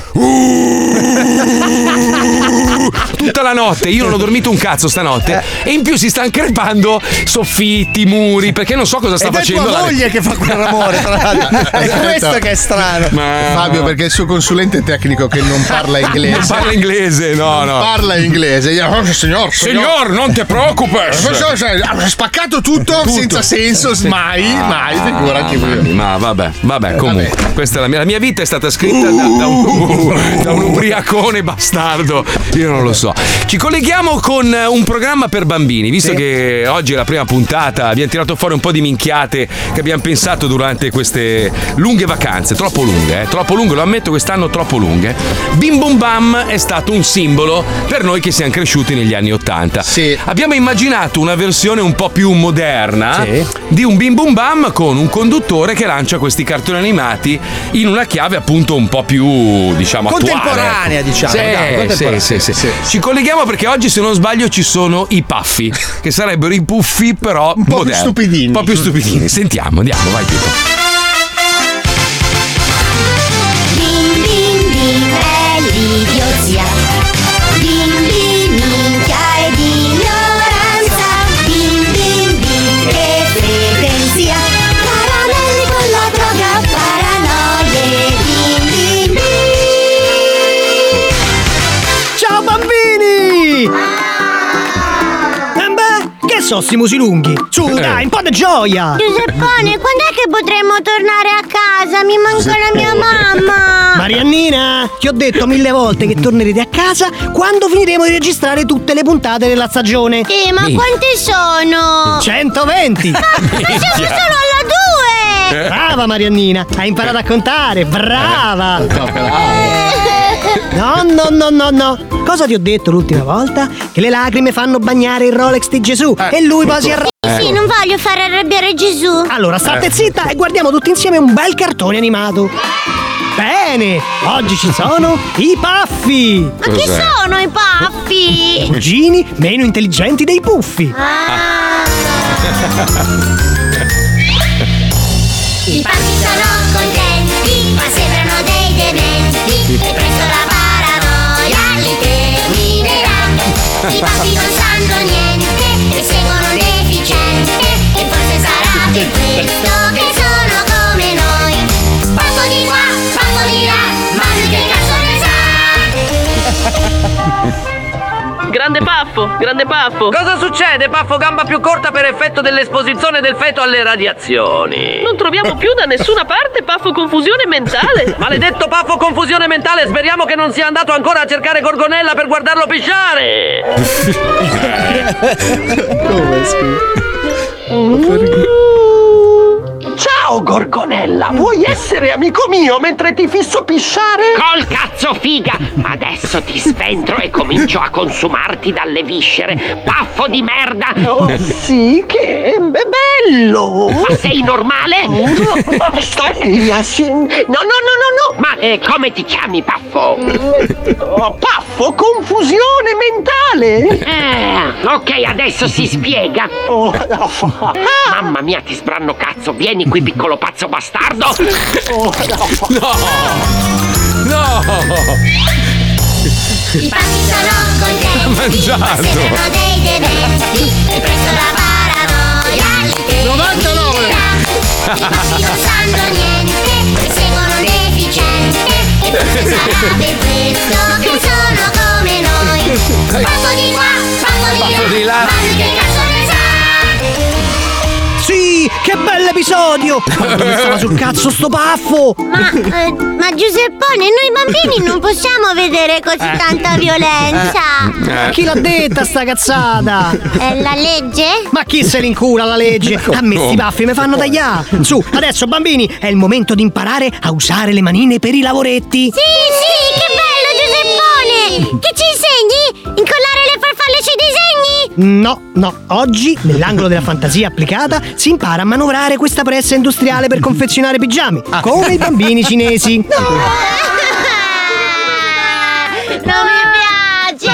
Tutta la notte, io non ho dormito un cazzo stanotte e in più si stanno crepando soffitti, muri, perché non so cosa sta facendo. È tua moglie che fa quell'amore, tra l'altro. È questo che è strano. Fabio, perché il suo consulente tecnico che non parla inglese. Non parla inglese, no. Parla inglese. Signor, non ti preoccupes. Ha spaccato tutto senza senso, mai, figurati. Ma vabbè, comunque. Questa è la mia vita è stata scritta da un ubriacone bastardo. Io non lo so. Ci colleghiamo con un programma per bambini, visto che oggi è la prima puntata, abbiamo tirato fuori un po' di minchiate che abbiamo pensato durante queste lunghe vacanze, troppo lunghe, lo ammetto, quest'anno troppo lunghe. Bim Bum Bam è stato un simbolo per noi che siamo cresciuti negli anni '80. Sì. Abbiamo immaginato una versione un po' più moderna di un Bim Bum Bam con un conduttore che lancia questi cartoni animati in una chiave appunto un po' più, diciamo, contemporanea, diciamo. Sì. Ci colleghiamo perché oggi, se non sbaglio, ci sono i Puffi, che sarebbero i Puffi però un po' moderni. più stupidini. Un po' più stupidini. Sentiamo, andiamo, vai Pippo. Bim bim bim è l'idiozia. Bim bim minchia ed ignoranza. Bim bim bim che frequenzia. Caramelli con la droga, paranoie. Bim bim bim. Ciao bambini! Che so sti musi lunghi? Su, dai, un po' di gioia! Giuseppone, quando è che potremmo tornare a casa? Mi manca la mia mamma! Mariannina, ti ho detto 1000 volte che tornerete a casa quando finiremo di registrare tutte le puntate della stagione. Ma quante sono? 120! Ma siamo solo alla 2! Brava Mariannina, hai imparato a contare, brava! No. Cosa ti ho detto l'ultima volta? Che le lacrime fanno bagnare il Rolex di Gesù e lui poi si arrabbia. Sì, non voglio far arrabbiare Gesù. Allora state zitta e guardiamo tutti insieme un bel cartone animato. Bene, oggi ci sono i Puffi. Ma chi sono i Puffi? Cugini meno intelligenti dei Puffi. I Puffi sono contenti, ma sembrano dei dementi. E presto la paranoia li terminerà. I Puffi non sanno niente e seguono un deficiente. E forse sarà per questo che sono come noi. Poco di qua, poco di là, ma lui che cazzo ne sa? Grande Paffo! Cosa succede, Paffo gamba più corta per effetto dell'esposizione del feto alle radiazioni? Non troviamo più da nessuna parte Paffo confusione mentale! Maledetto Paffo confusione mentale, speriamo che non sia andato ancora a cercare Gorgonella per guardarlo pisciare! Ciao Gorgonella, vuoi essere amico mio mentre ti fisso pisciare? Col cazzo figa! Adesso ti sventro e comincio a consumarti dalle viscere. Paffo di merda! Oh sì, che bello! Ma sei normale? Stai assieme. No! Ma come ti chiami, Paffo? Paffo, confusione mentale! Ok, adesso si spiega. Mamma mia, ti sbranno cazzo, vieni qui piccolo pazzo bastardo! No! I Puffi sono contenti, ma sembrano dei dementi. E presto la paranoia li terminerà. I Puffi non sanno niente e seguono un deficiente. E forse sarà per questo che sono come noi. Paffo di qua, paffo di là, ma lui che cazzo ne sa? Sì, che che bell'episodio! Quando mi stava sul cazzo sto Paffo! Ma Giuseppone, noi bambini non possiamo vedere così tanta violenza. Chi l'ha detta sta cazzata? È la legge? Ma chi se l'incula la legge? A me sti baffi mi fanno tagliare. Su, adesso bambini, è il momento di imparare a usare le manine per i lavoretti. Sì, che bello Giuseppone! Che ci insegni? Incollare le farfalle sui disegni? No, oggi, nell'angolo della fantasia applicata, si impara a manovrare questa pressa industriale per confezionare pigiami, come i bambini cinesi. Non mi piace!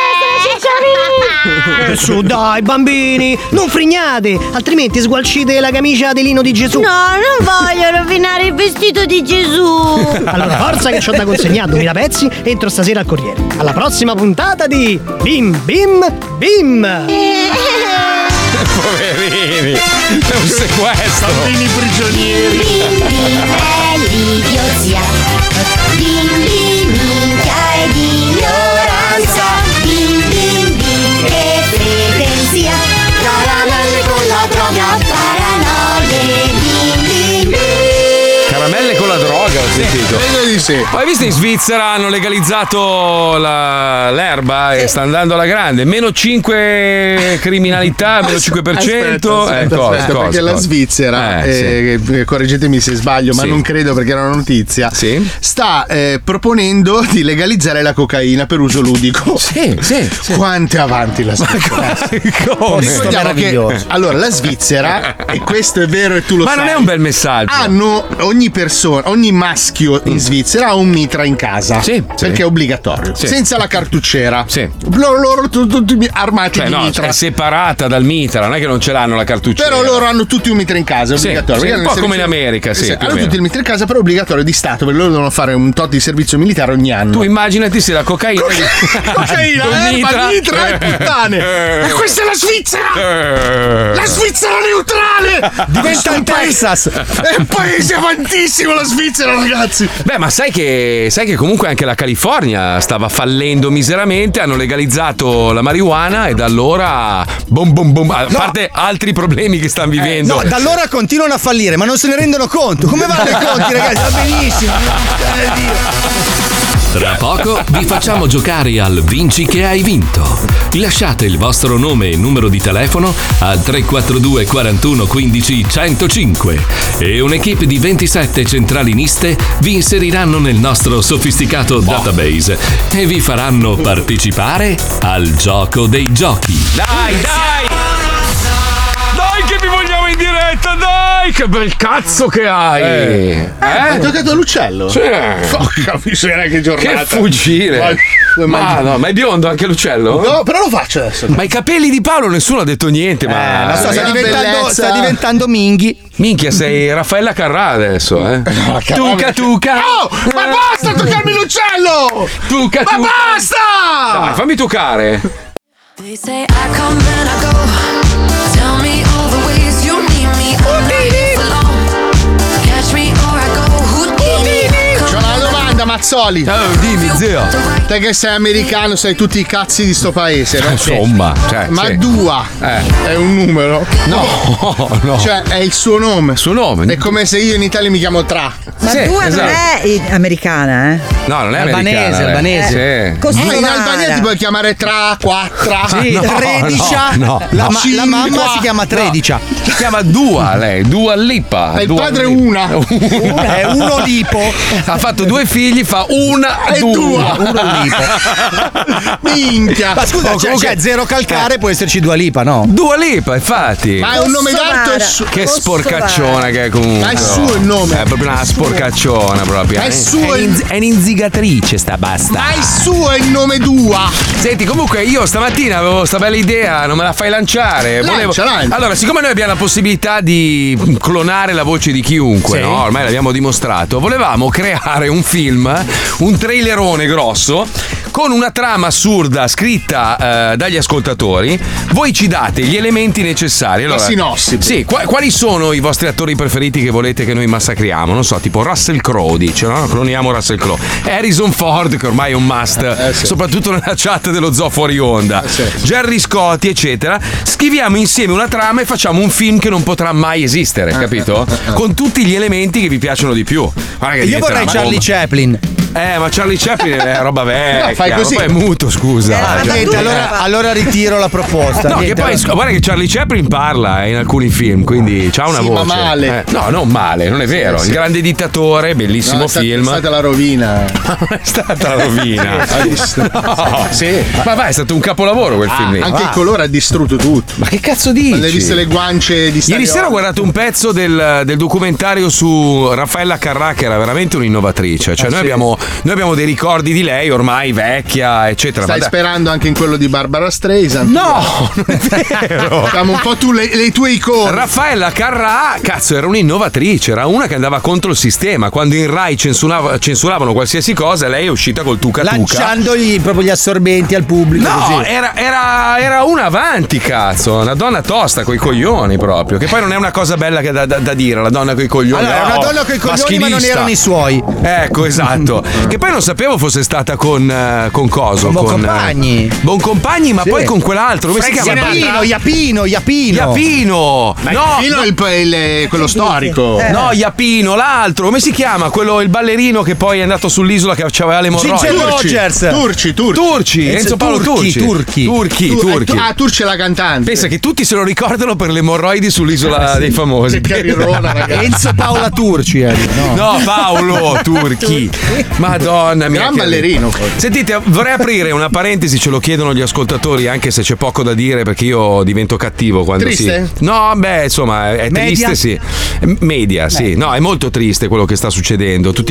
Su dai bambini, non frignate, altrimenti sgualcite la camicia di Lino di Gesù. No, non voglio rovinare il vestito di Gesù. Allora forza che c'ho da consegnare 2000 pezzi entro stasera al Corriere. Alla prossima puntata di Bim Bim Bim. Poverini, è un sequestro. Bambini prigionieri. Bim bim è l'idiozia. Bim bim minchia ed ignoranza. Bim bim bim che frequenzia. Caramelle con la droga, paranoie. Bim bim bim. Caramelle con la droga, ho sentito. Credo di sì. Poi visto in Svizzera hanno legalizzato l'erba e sta andando alla grande. Meno 5 criminalità, meno 5%. Aspetta, perché la Svizzera, correggetemi se sbaglio, ma non credo perché era una notizia, sta proponendo di legalizzare la cocaina per uso ludico. Sì. Quanto è avanti la Svizzera? Ricordiamo che allora la Svizzera, e questo è vero e tu lo sai. Ma non è un bel messaggio. Hanno ogni maschio in Svizzera ha un mitra in casa. Perché è obbligatorio. Senza la cartucciera. Loro tutti armati di mitra. È separata dal mitra, non è che non ce l'hanno la cartucciera. Però loro hanno tutti un mitra in casa, è obbligatorio. Un po' come in America, hanno tutti il mitra in casa, però è obbligatorio di Stato, perché loro devono fare un tot di servizio militare ogni anno. Tu immaginati se la cocaina. Cocaina, mitra e puttane. E questa è la Svizzera! La Svizzera neutrale! Diventa il Texas! È un paese avantissimo la Svizzera, ragazzi! Beh, ma sai che comunque anche la California stava fallendo miseramente, hanno legalizzato la marijuana e da allora boom, a parte altri problemi che stanno vivendo. No, da allora continuano a fallire, ma non se ne rendono conto. Come vanno i conti, ragazzi? Va benissimo. Tra poco vi facciamo giocare al Vinci che hai vinto. Lasciate il vostro nome e numero di telefono al 342 41 15 105 e un'equipe di 27 centraliniste vi inseriranno nel nostro sofisticato database e vi faranno partecipare al gioco dei giochi. Dai, che vi vogliamo in diretta, dai! Che bel cazzo che hai! Hai toccato l'uccello? Sì. Porca miseria, che giornata! Che fuggire! Ma è biondo anche l'uccello? No, però lo faccio adesso. Ma i capelli di Paolo nessuno ha detto niente, ma lo so, sta diventando Minghi. Minchia, sei Raffaella Carrà adesso, Tuca. Oh, ma basta toccarmi l'uccello! Tuca. Ma basta! Dai, fammi toccare. They say I come and I go. Tell me all the ways you need me. I'm not alone. Catch me or I go. Houdini. C'ho una domanda, Mazzoli. Dimmi, zio. Te che sei americano, sai tutti i cazzi di sto paese, no? Insomma, ma Dua è un numero? No. Cioè, è il suo nome. Suo nome? È come se io in Italia mi chiamo Tra. Ma Dua non è americana, eh? No, non è albanese. In Albania ti puoi chiamare Tra, Quattro. Sì, 13. No. La mamma si chiama 13. Si chiama Dua, lei, Dua Lipa. E il padre è una. È uno lipo. Ha fatto 2 figli, fa una e Dua. Uno lipo. Minchia. Ma scusa, c'è zero calcare, può esserci Dua Lipa, no? Dua Lipa, infatti. Ma è un nome d'arte. Che sporcacciona che è comunque. Ma è suo il nome. È proprio una sporcacciona proprio. Ma è suo è un'inzigatrice sta basta. Ma è suo il nome Dua. Senti, comunque io stamattina avevo sta bella idea, non me la fai lanciare. Lancia. Allora, siccome noi abbiamo la possibilità di clonare la voce di chiunque, no? Ormai l'abbiamo dimostrato. Volevamo creare un film, un trailerone grosso con una trama assurda scritta dagli ascoltatori. Voi ci date gli elementi necessari. Allora, la sinossi. Sì, quali sono i vostri attori preferiti che volete che noi massacriamo? Non so, tipo Russell Crowe, dice, no? Cloniamo Russell Crowe. Harrison Ford, che ormai è un must, sì. soprattutto nella chat dello Zoo Fuori Onda. Sì. Gerry Scotti, eccetera. Scriviamo insieme una trama e facciamo un film che non potrà mai esistere, capito? Con tutti gli elementi che vi piacciono di più. Io vorrei Charlie Chaplin. Ma Charlie Chaplin è roba vecchia. No, fai così. Poi è muto, scusa. Niente, allora ritiro la proposta. No, Niente, che poi guarda che Charlie Chaplin parla in alcuni film, quindi c'ha una Sì, voce. ma male. No, non male, non è vero. Sì. Il grande dittatore, bellissimo No, film. È stata la rovina. È stata la rovina. No. Sì. Ma vai, è stato un capolavoro quel film lì. Anche il colore ha distrutto tutto. Ma che cazzo dici? Quando hai visto le guance di Ieri sera ho guardato un pezzo del documentario su Raffaella Carrà, che era veramente un'innovatrice. Cioè, noi abbiamo dei ricordi di lei ormai vecchia, eccetera. Stai sperando anche in quello di Barbara Streisand? No, non è vero. Siamo un po' tu le tue icone. Raffaella Carrà, cazzo, era un'innovatrice, era una che andava contro il sistema. Quando in Rai censuravano qualsiasi cosa, lei è uscita col tuca. Lanciandogli proprio gli assorbenti al pubblico. No, così. era una avanti, cazzo. Una donna tosta coi coglioni proprio. Che poi non è una cosa bella che da dire, la donna coi coglioni. Allora, una donna coi coglioni, ma non erano i suoi. Ecco, esatto. Che poi non sapevo fosse stata con coso. Con Boncompagni. Boncompagni, ma poi con quell'altro. Come si chiama? Iapino. Iapino. No, Iapino è quello storico. No, Iapino, l'altro. Come si chiama? Quello, il ballerino che poi è andato sull'isola che aveva le emorroidi. Turci. Enzo Paolo Turci. Turci è la cantante. Pensa che tutti se lo ricordano per le emorroidi sull'isola dei famosi. Che carirona, ragazzi. Enzo Paola Turci. No, Paolo Turchi. Madonna mia. Gran ballerino. Sentite, vorrei aprire una parentesi, ce lo chiedono gli ascoltatori, anche se c'è poco da dire perché io divento cattivo quando Triste? No, beh, insomma, è Media? triste, sì. Media, sì. No, è molto triste quello che sta succedendo. Tutti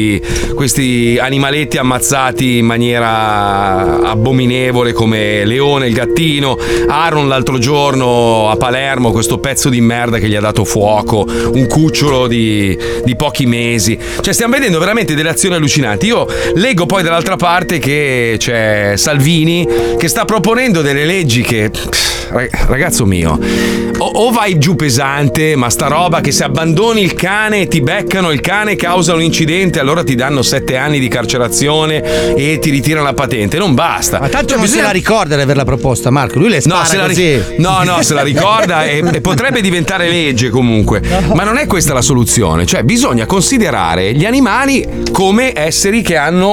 questi animaletti ammazzati in maniera abominevole come Leone, il gattino, Aaron l'altro giorno a Palermo, questo pezzo di merda che gli ha dato fuoco, un cucciolo di pochi mesi. Cioè, stiamo vedendo veramente delle azioni allucinanti. Io leggo poi dall'altra parte che c'è Salvini che sta proponendo delle leggi che, ragazzo mio, o vai giù pesante, ma sta roba che se abbandoni il cane e ti beccano il cane, causa un incidente, allora ti danno 7 anni di carcerazione e ti ritirano la patente. Non basta. Ma tanto non se la ricorda di averla proposta, Marco. Lui le spara così. No, se la ricorda e potrebbe diventare legge comunque. Ma non è questa la soluzione. Cioè, bisogna considerare gli animali come esseri che hanno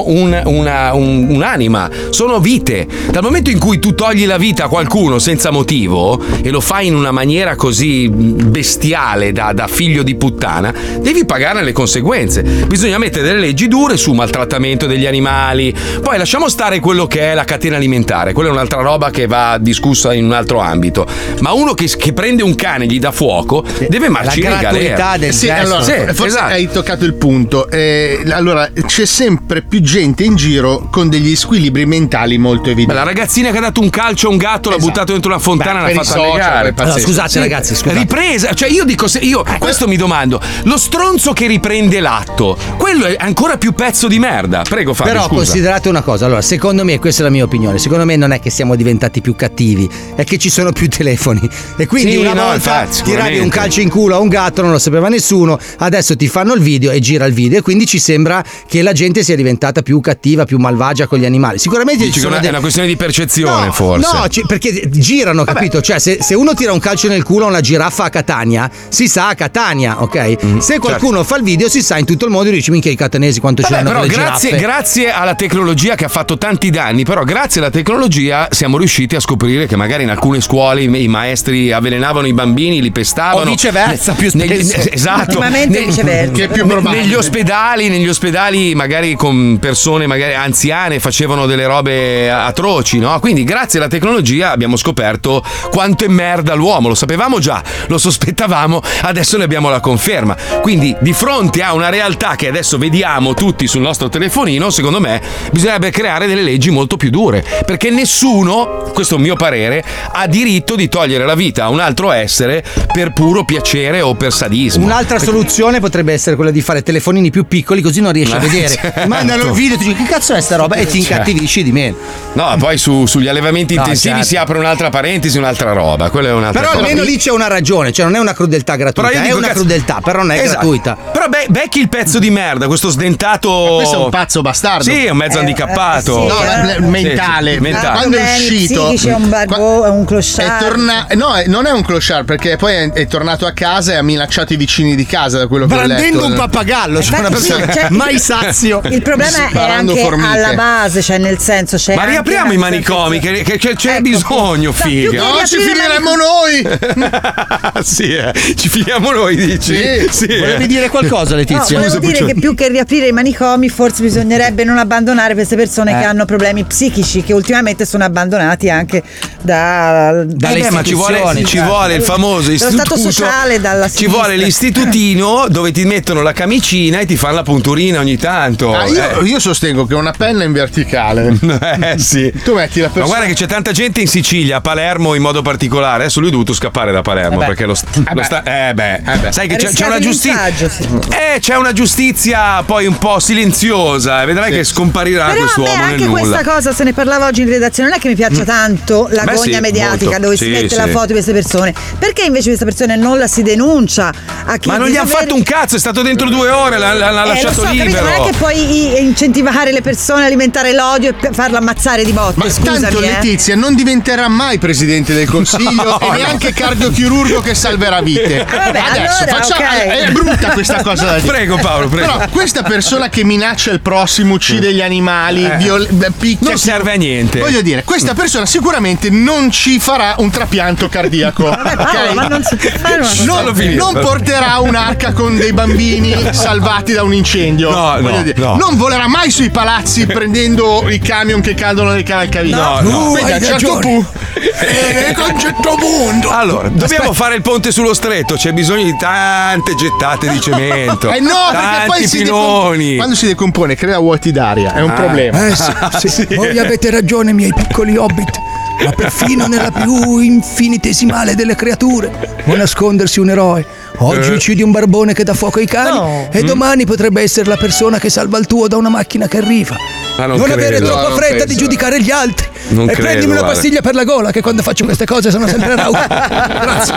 un'anima. Sono vite. Dal momento in cui tu togli la vita a qualcuno senza motivo e lo fai in una maniera così bestiale da figlio di puttana, devi pagarne le conseguenze. Bisogna mettere delle leggi dure su maltrattamento degli animali. Poi lasciamo stare quello che è la catena alimentare, quella è un'altra roba che va discussa in un altro ambito. Ma uno che prende un cane e gli dà fuoco deve marcire in galera. Forse esatto. hai toccato il punto. Allora, c'è sempre più gente in giro con degli squilibri mentali molto evidenti. La ragazzina che ha dato un calcio a un gatto, l'ha buttato dentro una fontana e l'ha fatta annegare. Allora, scusate ragazzi, Ripresa, cioè io dico, questo mi domando, lo stronzo che riprende l'atto, quello è ancora più pezzo di merda. Prego, Fabio, però scusa. considerate una cosa, allora, secondo me, questa è la mia opinione, secondo me non è che siamo diventati più cattivi, è che ci sono più telefoni e quindi una volta tiravi un calcio in culo a un gatto, non lo sapeva nessuno, adesso ti fanno il video e gira il video e quindi ci sembra che la gente sia diventata più cattiva, più malvagia con gli animali. Sicuramente dici che è una questione di percezione, forse. No, perché girano, capito? Cioè, se uno tira un calcio nel culo a una giraffa a Catania, si sa a Catania, ok? Se qualcuno fa il video, si sa in tutto il mondo e dici minchia i catanesi quanto ce l'hanno. Però le giraffe. grazie alla tecnologia che ha fatto tanti danni, però grazie alla tecnologia siamo riusciti a scoprire che magari in alcune scuole i maestri avvelenavano i bambini, li pestavano. O viceversa, più spesso. Esatto. Viceversa. Che è più probabile. Negli ospedali magari con persone magari anziane facevano delle robe atroci, no? Quindi grazie alla tecnologia abbiamo scoperto quanto è merda l'uomo, lo sapevamo già, lo sospettavamo, adesso ne abbiamo la conferma. Quindi di fronte a una realtà che adesso vediamo tutti sul nostro telefonino, secondo me bisognerebbe creare delle leggi molto più dure, perché nessuno, questo è un mio parere, ha diritto di togliere la vita a un altro essere per puro piacere o per sadismo. Un'altra soluzione potrebbe essere quella di fare telefonini più piccoli, così non riesci a vedere. vedere. Mandano il video e ti dici che cazzo è sta roba? E ti incattivisci di meno. No, poi sugli allevamenti intensivi certo. si apre un'altra parentesi, un'altra roba. Quella è un'altra Però cosa. almeno lì c'è una ragione, cioè non è una crudeltà gratuita, Però io è dico, una crudeltà, però non è gratuita. Però becchi il pezzo di merda, questo sdentato. Questo è un pazzo bastardo. Sì, è un mezzo handicappato. Mentale. Mentale. Quando è uscito È un barbo, è un clochard. No, non è un clochard, perché poi è tornato a casa e ha minacciato i vicini di casa, da quello che ho letto. Brandendo un pappagallo, cioè una persona mai sazio. Il problema è Sparando anche formiche. alla base, cioè nel senso c'è. Ma riapriamo i manicomi, che c'è bisogno, figa. No, ci finiremo noi. Sì, ci finiamo noi, dici? Sì. Volevi dire qualcosa, Letizia? No, volevo dire che più che riaprire i manicomi, forse bisognerebbe non abbandonare queste persone che hanno problemi psichici, che ultimamente sono abbandonati anche dalle ma ci vuole il famoso istituto. Stato sociale, dalla ci vuole l'istitutino dove ti mettono la camicina e ti fanno la punturina ogni tanto. Io sostengo che una penna in verticale. Sì. Tu metti la persona. Ma guarda che c'è tanta gente in Sicilia, a Palermo in modo particolare. Adesso lui è dovuto scappare da Palermo perché sai che c'è una giustizia. C'è una giustizia poi un po' silenziosa. Vedrai che scomparirà quest'uomo nel anche nulla. questa cosa se ne parlava oggi in redazione. Non è che mi piaccia tanto la gogna mediatica molto. dove si mette la foto di queste persone. Perché invece questa persona non la si denuncia a chi? Ma non gli hanno fatto un cazzo, è stato dentro 2 ore, l'ha lasciato libero. Capito? Non è che puoi incentivare le persone, alimentare l'odio e farlo ammazzare di botte. Ma scusami, tanto Letizia non diventerà mai presidente del Consiglio e neanche cardiochirurgo che salverà vite. Adesso è brutta questa cosa da dire. Prego Paolo, prego. Però questa persona che minaccia il prossimo, uccide gli animali, picchia, non serve a niente. Voglio dire, questa persona sicuramente non ci farà un trapianto cardiaco. Paolo, ma non porterà un'arca con dei bambini salvati da un incendio. Non volerà mai sui palazzi prendendo i camion che cadono nei cavalcavini. Quindi a un certo punto concetto mondo. Allora, dobbiamo fare il ponte sullo stretto, c'è bisogno di tante gettate di cemento. No, perché poi piloni. quando si decompone crea vuoti d'aria, è un problema. Sì. Voi avete ragione, miei piccoli hobbit. Ma perfino nella più infinitesimale delle creature può nascondersi un eroe. Oggi uccidi un barbone che dà fuoco ai cani e domani potrebbe essere la persona che salva il tuo da una macchina che arriva. Non avere troppa fretta di giudicare gli altri. Non e credo, prendimi una guarda. pastiglia per la gola, che quando faccio queste cose sono sempre rauco. Grazie.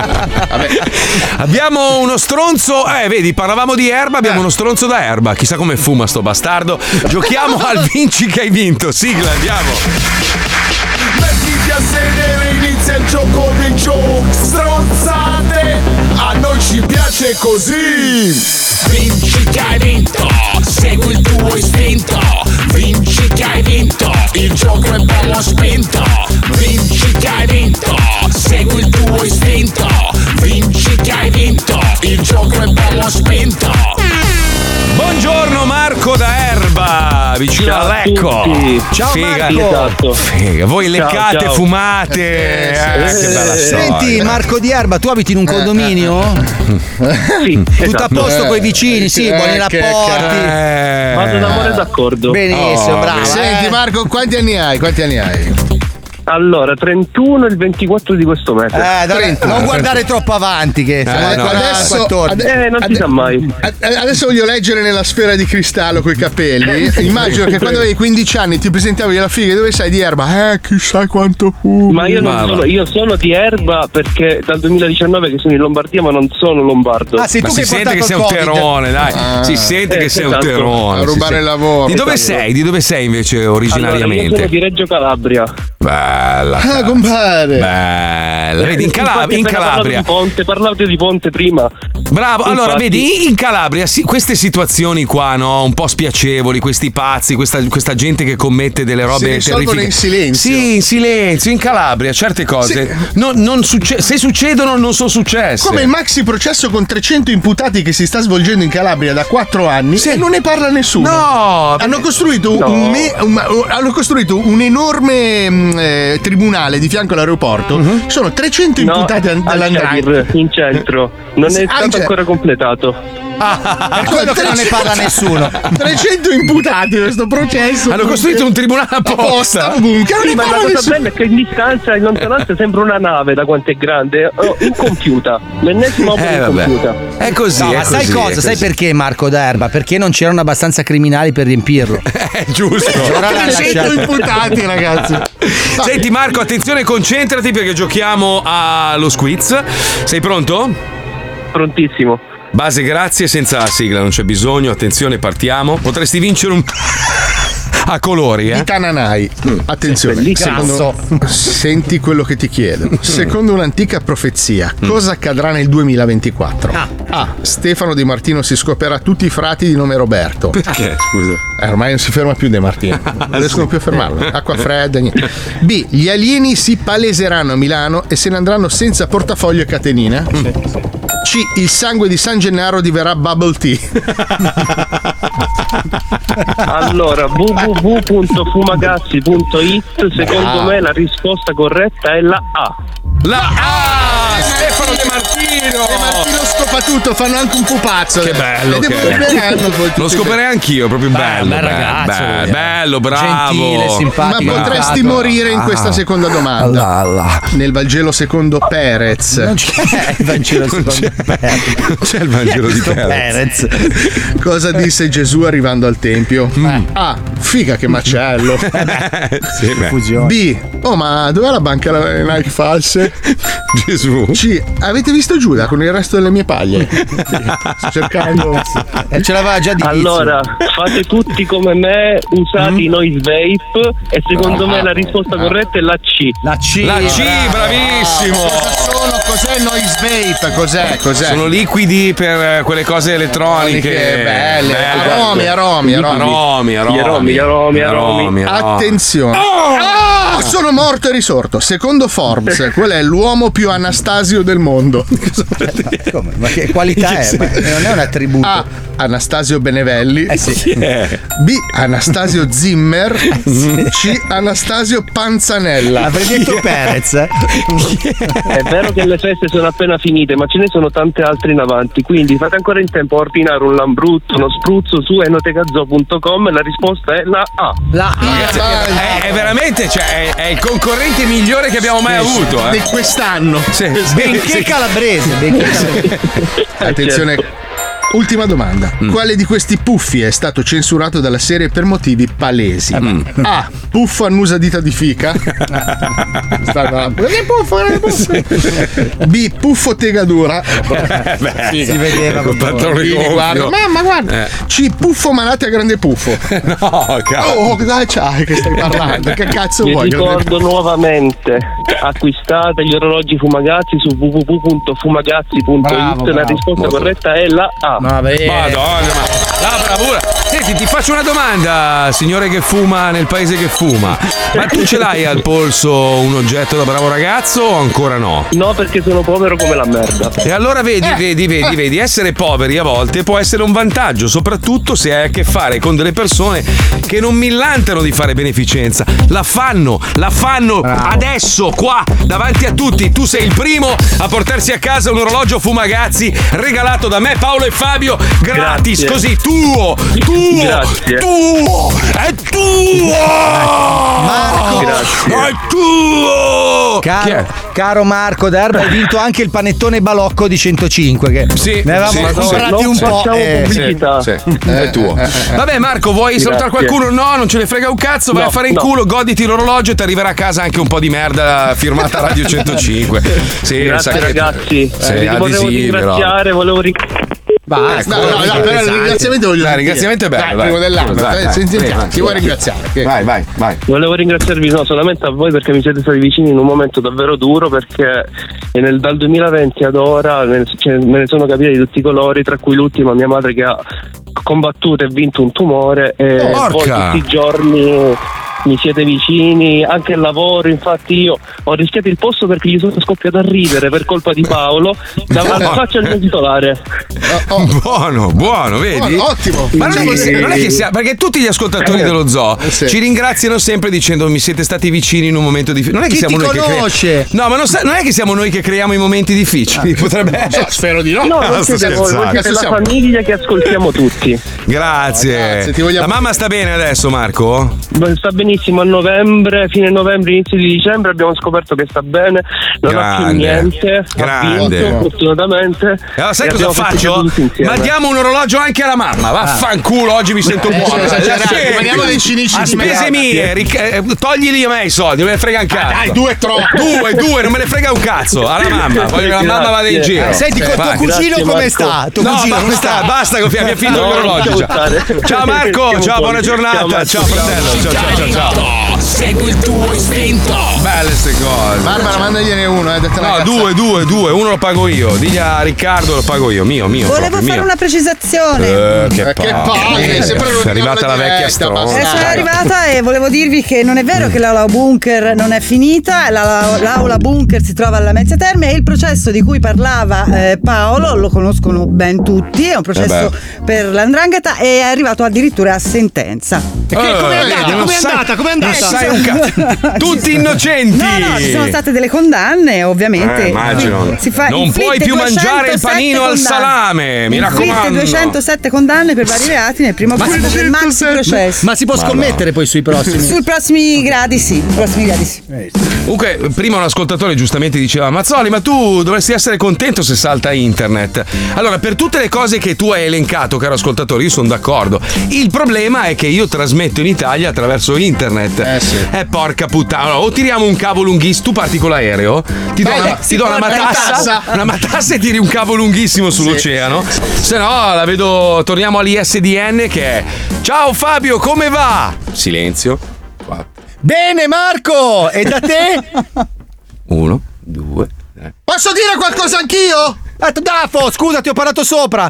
Abbiamo uno stronzo, vedi, parlavamo di erba, abbiamo uno stronzo da erba. Chissà come fuma sto bastardo. Giochiamo al vinci che hai vinto. Sigla, andiamo. Mettiti a sedere, inizia il gioco dei giochi. Stronzate, a noi ci piace così. Vinci che hai vinto, segui il tuo istinto. Vinci che hai vinto, il gioco è bello spinto. Vinci che hai vinto, segui il tuo istinto. Vinci che hai vinto, il gioco è bello spinto. Buongiorno Marco da Erba, vicino Ciao a a Lecco. tutti. Ciao Figa. Marco. Esatto. Figa. Voi leccate, Ciao. fumate. Che bella storia. Senti, Marco di Erba, tu abiti in un condominio? Sì, Tutto a posto coi vicini, sì, buoni rapporti. Vado d'amore d'accordo. Benissimo, bravo. Senti Marco, quanti anni hai? Allora, 31 il 24 di questo mese. Non guardare troppo avanti, che siamo Adesso 14. Non si sa mai. Adesso voglio leggere nella sfera di cristallo coi capelli. Immagino che quando avevi 15 anni ti presentavi alla figa, dove sei di Erba? Chissà quanto fumi. Ma io non sono, io sono di Erba perché dal 2019 che sono in Lombardia, ma non sono lombardo. Ma si sente che sei un terone, dai. Si sente che sei un esatto. terone. A rubare il lavoro. Di dove sei? Di dove sei invece Allora, io originariamente? sono di Reggio Calabria. Bella. Compare. Bella. Vedi, in Infatti, Calabria. Parlate di ponte prima. Bravo, allora Infatti- vedi in Calabria queste situazioni qua, no? Un po' spiacevoli, questi pazzi, questa gente che commette delle robe risolvono terrifiche. in silenzio. Sì, in silenzio, in Calabria certe cose se succedono non sono successe. Come il maxi processo con 300 imputati che si sta svolgendo in Calabria da 4 anni e non ne parla nessuno. No, hanno costruito un enorme tribunale di fianco all'aeroporto. Sono 300 imputati dell'andrangheta in centro. Non è stato ancora completato. Per quello che non ne parla nessuno. 300 imputati in questo processo. Hanno costruito un tribunale apposta. Sì, ma la cosa bella è che in distanza, in lontananza sembra una nave da quanto è grande, incompiuta. L'ennesima opera incompiuta. È così. No, ma sai cosa? Sai perché, Marco D'Erba? Perché non c'erano abbastanza criminali per riempirlo. Giusto. 300 imputati, ragazzi. Senti Marco, attenzione, concentrati perché giochiamo allo squiz. Sei pronto? Prontissimo. Base, grazie, senza la sigla, non c'è bisogno. Attenzione, partiamo. Potresti vincere un a colori, Di Tananai. Attenzione, senti quello che ti chiedo. Secondo un'antica profezia, cosa accadrà nel 2024? A. Stefano Di Martino si scoprirà tutti i frati di nome Roberto. Perché? Scusa. Ormai non si ferma più De Martino. Non riescono più a fermarlo. Acqua fredda, niente. B. Gli alieni si paleseranno a Milano e se ne andranno senza portafoglio e catenina. C. Il sangue di San Gennaro diverrà bubble tea. Allora, www.fumagazzi.it, secondo me la risposta corretta è la A. La A! Stefano De Martino! De Martino scopa tutto, fanno anche un pupazzo. Che bello che è. Lo scoperei anch'io, proprio bello. Bel ragazzo, bello, bravo. Gentile, simpatico. Ma potresti morire in questa seconda domanda. Nel Vangelo secondo Perez. Non c'è il Vangelo secondo Perez. Non c'è il Vangelo di Perez. Cosa disse Gesù arrivando al Tempio? A. Figa che macello. B. Oh, ma dov'è la banca Nike false? Gesù. C. Avete visto Giuda con il resto delle mie paglie? Sto cercando. Ce l'aveva già di Allora, fate tutti come me, usate i noise vape e secondo me la risposta corretta è la C. La C. La C, bravissimo. Cos'è il noise vape? Cos'è? Sono liquidi per quelle cose elettroniche. Belle. Aromi. Attenzione. Sono morto e risorto. Secondo Forbes, qual è l'uomo più Anastasio del mondo? Come? Ma che qualità è? Ma non è un attributo. A. Anastasio Benevelli. Sì. B. Anastasio Zimmer. C. Anastasio Panzanella. Avrei detto Perez. È vero che le feste sono appena finite, ma ce ne sono tante altre in avanti, quindi fate ancora in tempo a ordinare un lambrutto, uno spruzzo su enotecazoo.com e la risposta è la A. La A. Ragazzi, è veramente, cioè, è il concorrente migliore che abbiamo mai avuto. Di quest'anno. Benché calabrese. Attenzione. Ultima domanda. Quale di questi puffi è stato censurato dalla serie per motivi palesi? A. Puffo annusa dita di fica. B. Puffo tegadura. Si vedeva con pantaloni guarda. Mamma, guarda. C. Puffo malate a grande puffo. No, cazzo. Oh, cosa c'hai che stai parlando? Che cazzo Vi vuoi? ricordo nuovamente, acquistate gli orologi Fumagazzi su www.fumagazzi.it. La risposta corretta è la A. Madonna, ma la bravura. Senti, ti faccio una domanda, signore che fuma nel paese che fuma. Ma tu ce l'hai al polso un oggetto da bravo ragazzo o ancora no? No, perché sono povero come la merda. E allora vedi, essere poveri a volte può essere un vantaggio, soprattutto se hai a che fare con delle persone che non millantano di fare beneficenza. La fanno adesso, qua, davanti a tutti. Tu sei il primo a portarsi a casa un orologio Fumagazzi regalato da me, Paolo e Fabio, gratis. Grazie. Così, tuo, Grazie. è tuo. Marco, Grazie. È tuo. Caro Marco D'Erba, hai vinto anche il panettone balocco di 105 che Sì, ne avevamo comprati un po'. Pubblicità. È tuo. Vabbè, Marco, vuoi salutare qualcuno? No, non ce ne frega un cazzo. Vai a fare in culo, goditi l'orologio e ti arriverà a casa anche un po' di merda firmata Radio 105. Sì, Grazie ragazzi. Vi volevo adesivi, ringraziare, Basta, no, però il ringraziamento voglio dire. Il ringraziamento è bello. Primo dell'anno. Vai. Chi vuoi ringraziare? Vai. Volevo ringraziarvi solamente a voi perché mi siete stati vicini in un momento davvero duro, perché dal 2020 ad ora me ne sono capiti di tutti i colori, tra cui l'ultima mia madre che ha combattuto e vinto un tumore e voi tutti i giorni mi siete vicini, anche al lavoro. Infatti io ho rischiato il posto perché gli sono scoppiato a ridere per colpa di Paolo davanti faccia al mio titolare. Buono, vedi? Ottimo. Ma non è che sia, perché tutti gli ascoltatori dello zoo ci ringraziano sempre dicendo mi siete stati vicini in un momento difficile. Non è che Chi siamo ti noi conosce? che no, ma non è che siamo noi che creiamo i momenti difficili. Potrebbe essere. Spero di no. No, non siete voi siete la famiglia che ascoltiamo tutti. Grazie. Ti vogliamo... La mamma sta bene adesso, Marco? Sta benissimo, a novembre, fine novembre, inizio di dicembre abbiamo scoperto che sta bene, non ha più niente, ha vinto, fortunatamente. Allora, sai cosa faccio? Ma diamo un orologio anche alla mamma, vaffanculo, oggi mi sento buono. Rimaniamo dei cinici. A spese mie, togli a me i soldi, non me ne frega un cazzo. Dai, 2 troppo. Due, non me ne frega un cazzo. Alla mamma, voglio che la mamma vada in giro. Senti, tuo cugino come sta? Basta, mi ha finito l'orologio. Ciao Marco, ciao, buona giornata. Ciao fratello, ciao. Segui il tuo istinto. Belle ste cose. Barbara, mandagliene uno, No, due, uno lo pago io. Digli a Riccardo lo pago io, mio. Volevo fare una precisazione. Che palle, è arrivata la vecchia stronza. Sono arrivata e volevo dirvi che non è vero che l'aula bunker non è finita, l'aula bunker si trova alla Mezzia Terme e il processo di cui parlava Paolo lo conoscono ben tutti, è un processo per l''ndrangheta e è arrivato addirittura a sentenza. Com'è andata? Non sai un cazzo. Tutti innocenti. No, ci sono state delle condanne, ovviamente. Immagino. Non puoi più mangiare il panino al salame, mi raccomando. 207 condanne per vari reati nel primo grado del maxi processo. Ma si può scommettere poi sui prossimi? Sui prossimi gradi sì. Comunque, prima un ascoltatore giustamente diceva: Mazzoli, ma tu dovresti essere contento se salta internet. Allora, per tutte le cose che tu hai elencato, caro ascoltatore, io sono d'accordo. Il problema è che io trasmetto in Italia attraverso internet. Porca puttana. Allora, o tiriamo un cavo lunghissimo, tu parti con l'aereo, ti do una matassa e tiri un cavo lunghissimo sull'oceano. Se no, la vedo. Torniamo all'ISDN che è: ciao Fabio, come va? Silenzio. 4. Bene Marco, e da te? 1, 2, 3. Posso dire qualcosa anch'io? Dafo, scusa, ti ho parlato sopra.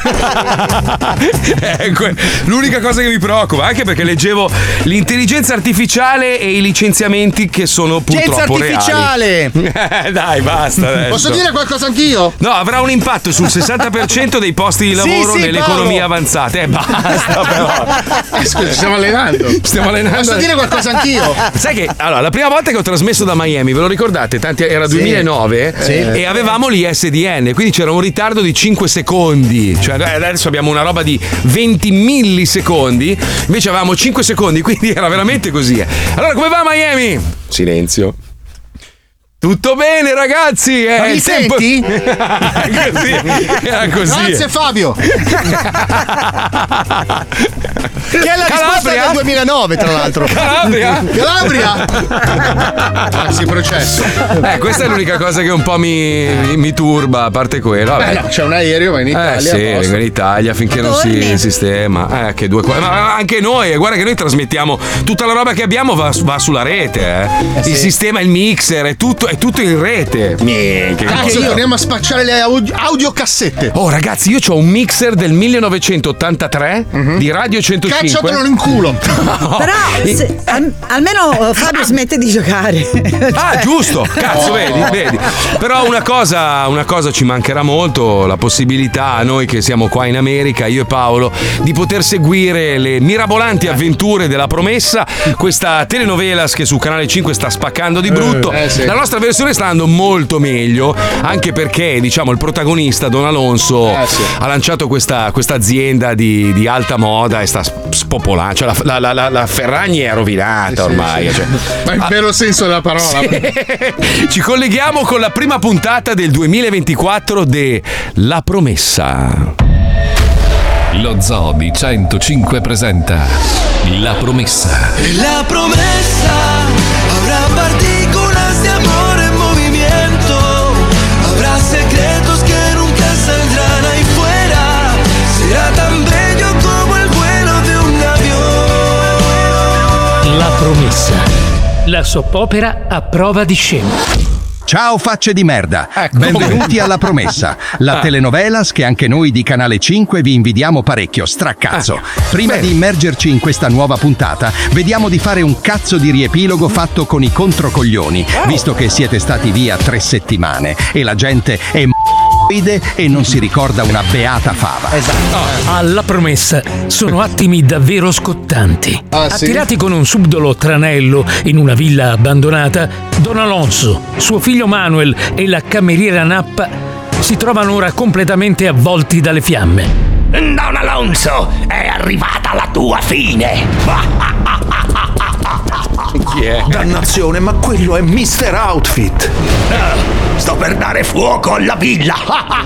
L'unica cosa che mi preoccupa, anche perché leggevo l'intelligenza artificiale e i licenziamenti che sono purtroppo artificiale. Reali. Dai, basta adesso. Posso dire qualcosa anch'io? No, avrà un impatto sul 60% dei posti di lavoro nelle economie avanzate. Basta però. Scusa, stiamo allenando. Posso dire qualcosa anch'io? Sai che allora, la prima volta che ho trasmesso da Miami, ve lo ricordate? Era 2009 e avevamo l'ISDN, quindi c'era un ritardo di 5 secondi. Cioè adesso abbiamo una roba di 20 millisecondi, invece avevamo 5 secondi, quindi era veramente così. Allora, come va Miami? Silenzio. Tutto bene ragazzi, ma mi senti? Era così. Grazie Fabio. Che è la risposta del 2009 tra l'altro. Calabria? Si processo. Questa è l'unica cosa che un po' mi turba, a parte quello. No, c'è un aereo, ma in Italia. Vengo in Italia finché non si sistema. Che ma anche noi, guarda che noi trasmettiamo tutta la roba che abbiamo va sulla rete. Il sistema, il mixer, è tutto in rete. Cazzo, torniamo a spacciare le audiocassette. Oh ragazzi, io ho un mixer del 1983 di Radio 105. Cacciatelo in culo. Però almeno Fabio smette di giocare. Giusto. Cazzo, vedi. Però una cosa ci mancherà molto, la possibilità a noi che siamo qua in America, io e Paolo, di poter seguire le mirabolanti avventure della Promessa, questa telenovelas che su Canale 5 sta spaccando di brutto. La nostra versione sta andando molto meglio, anche perché diciamo il protagonista Don Alonso ha lanciato questa azienda di alta moda e sta spopolando, cioè la Ferragni è rovinata ormai. Cioè. Ma in vero senso della parola. Ci colleghiamo con la prima puntata del 2024 de La Promessa. Lo Zoo di 105 presenta La Promessa. La promesa habrá partículas de amor en movimiento, habrá secretos que nunca saldrán ahí fuera, será tan bello como el vuelo de un avión. La Promessa, la soppopera a prova di scena. Ciao facce di merda, benvenuti alla Promessa, la telenovelas che anche noi di Canale 5 vi invidiamo parecchio, straccazzo. Prima di immergerci in questa nuova puntata, vediamo di fare un cazzo di riepilogo fatto con i controcoglioni, visto che siete stati via 3 settimane e la gente è e non si ricorda una beata fava. Alla Promessa sono attimi davvero scottanti. Attirati con un subdolo tranello in una villa abbandonata, Don Alonso, suo figlio Manuel e la cameriera Nappa si trovano ora completamente avvolti dalle fiamme. Don Alonso, è arrivata la tua fine. Chi è? Dannazione, ma quello è Mr. Outfit. Sto per dare fuoco alla villa.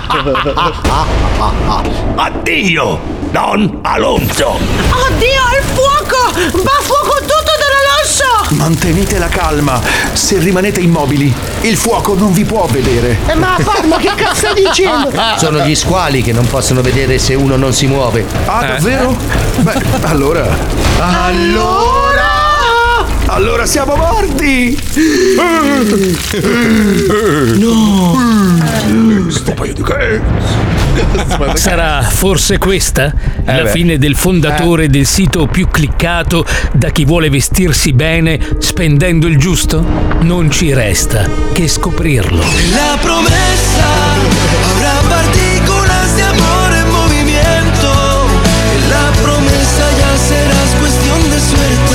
Addio, Don Alonso. Oddio, il fuoco! Va a fuoco tutto, Don Alonso! Mantenete la calma. Se rimanete immobili, il fuoco non vi può vedere. Ma Parma, che cazzo stai dicendo? Sono gli squali che non possono vedere se uno non si muove. Ah, davvero? Beh, allora siamo morti! No! Sto paio di Sarà forse questa la fine del fondatore del sito più cliccato da chi vuole vestirsi bene spendendo il giusto? Non ci resta che scoprirlo. La promesa habrá partículas de amor en movimiento. La promesa ya serás cuestión de suerte.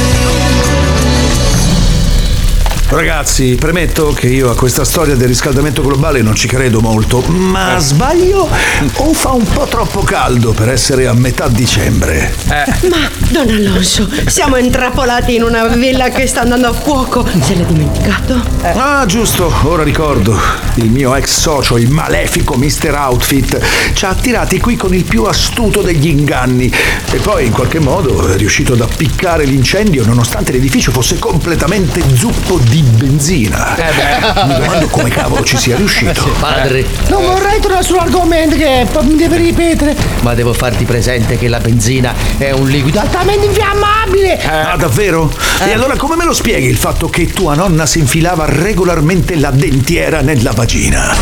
Ragazzi, premetto che io a questa storia del riscaldamento globale non ci credo molto, ma sbaglio o fa un po' troppo caldo per essere a metà dicembre? Ma, Don Alonso, siamo intrappolati in una villa che sta andando a fuoco. Se l'è dimenticato? Ah, giusto, ora ricordo. Il mio ex socio, il malefico Mr. Outfit, ci ha attirati qui con il più astuto degli inganni e poi in qualche modo è riuscito ad appiccare l'incendio nonostante l'edificio fosse completamente zuppo di benzina. Mi domando come cavolo ci sia riuscito. Padre, non vorrei tornare sull'argomento che mi deve ripetere. ma devo farti presente che la benzina è un liquido altamente infiammabile. Ah, davvero? E allora come me lo spieghi il fatto che tua nonna si infilava regolarmente la dentiera nella vagina?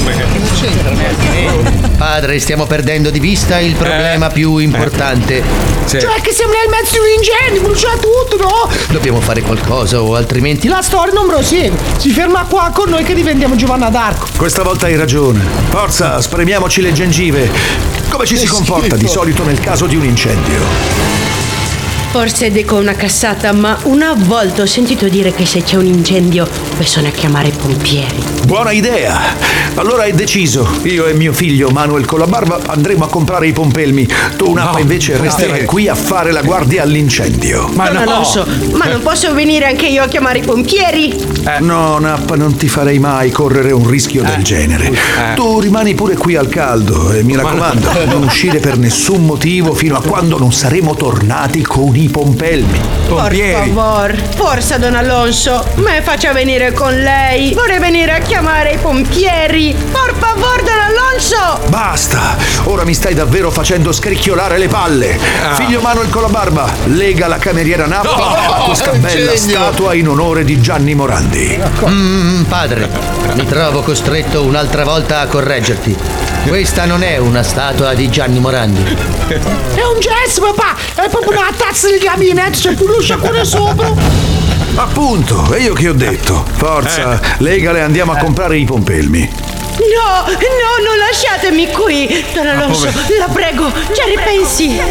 Padre, stiamo perdendo di vista il problema più importante. Cioè che siamo nel mezzo di un incendio, brucia tutto, no? Dobbiamo fare qualcosa o altrimenti la storia non prosegue. Si ferma qua con noi che diventiamo Giovanna d'Arco. Questa volta hai ragione. Forza, spremiamoci le gengive. Come ci si comporta di solito nel caso di un incendio? Forse dico una cazzata, ma una volta ho sentito dire che se c'è un incendio bisogna chiamare i pompieri. Buona idea! Allora è deciso. Io e mio figlio Manuel Colabarba andremo a comprare i pompelmi. Tu, Nappa, invece resterai qui a fare la guardia all'incendio. Ma no, Alonso, ma non posso venire anche io a chiamare i pompieri? No, Nappa, non ti farei mai correre un rischio del genere. Tu rimani pure qui al caldo e mi raccomando, non uscire per nessun motivo fino a quando non saremo tornati con i pompelmi. Per favore, forza Don Alonso, me faccia venire con lei. Vorrei venire a chiamare i pompieri. Per favore, Don Alonso. Basta, ora mi stai davvero facendo scricchiolare le palle. Figlio Manuel Colabarba, lega la cameriera Nappa a questa bella statua in onore di Gianni Morandi. Padre, mi trovo costretto un'altra volta a correggerti. Questa non è una statua di Gianni Morandi. È un gesto, papà. È proprio una tazza di gabinetto, c'è pure lo sciacquone sopra. Appunto, e io che ho detto? Forza, legale, andiamo a comprare i pompelmi. No, non lasciatemi qui. Don Alonso, la prego, ci ripensi.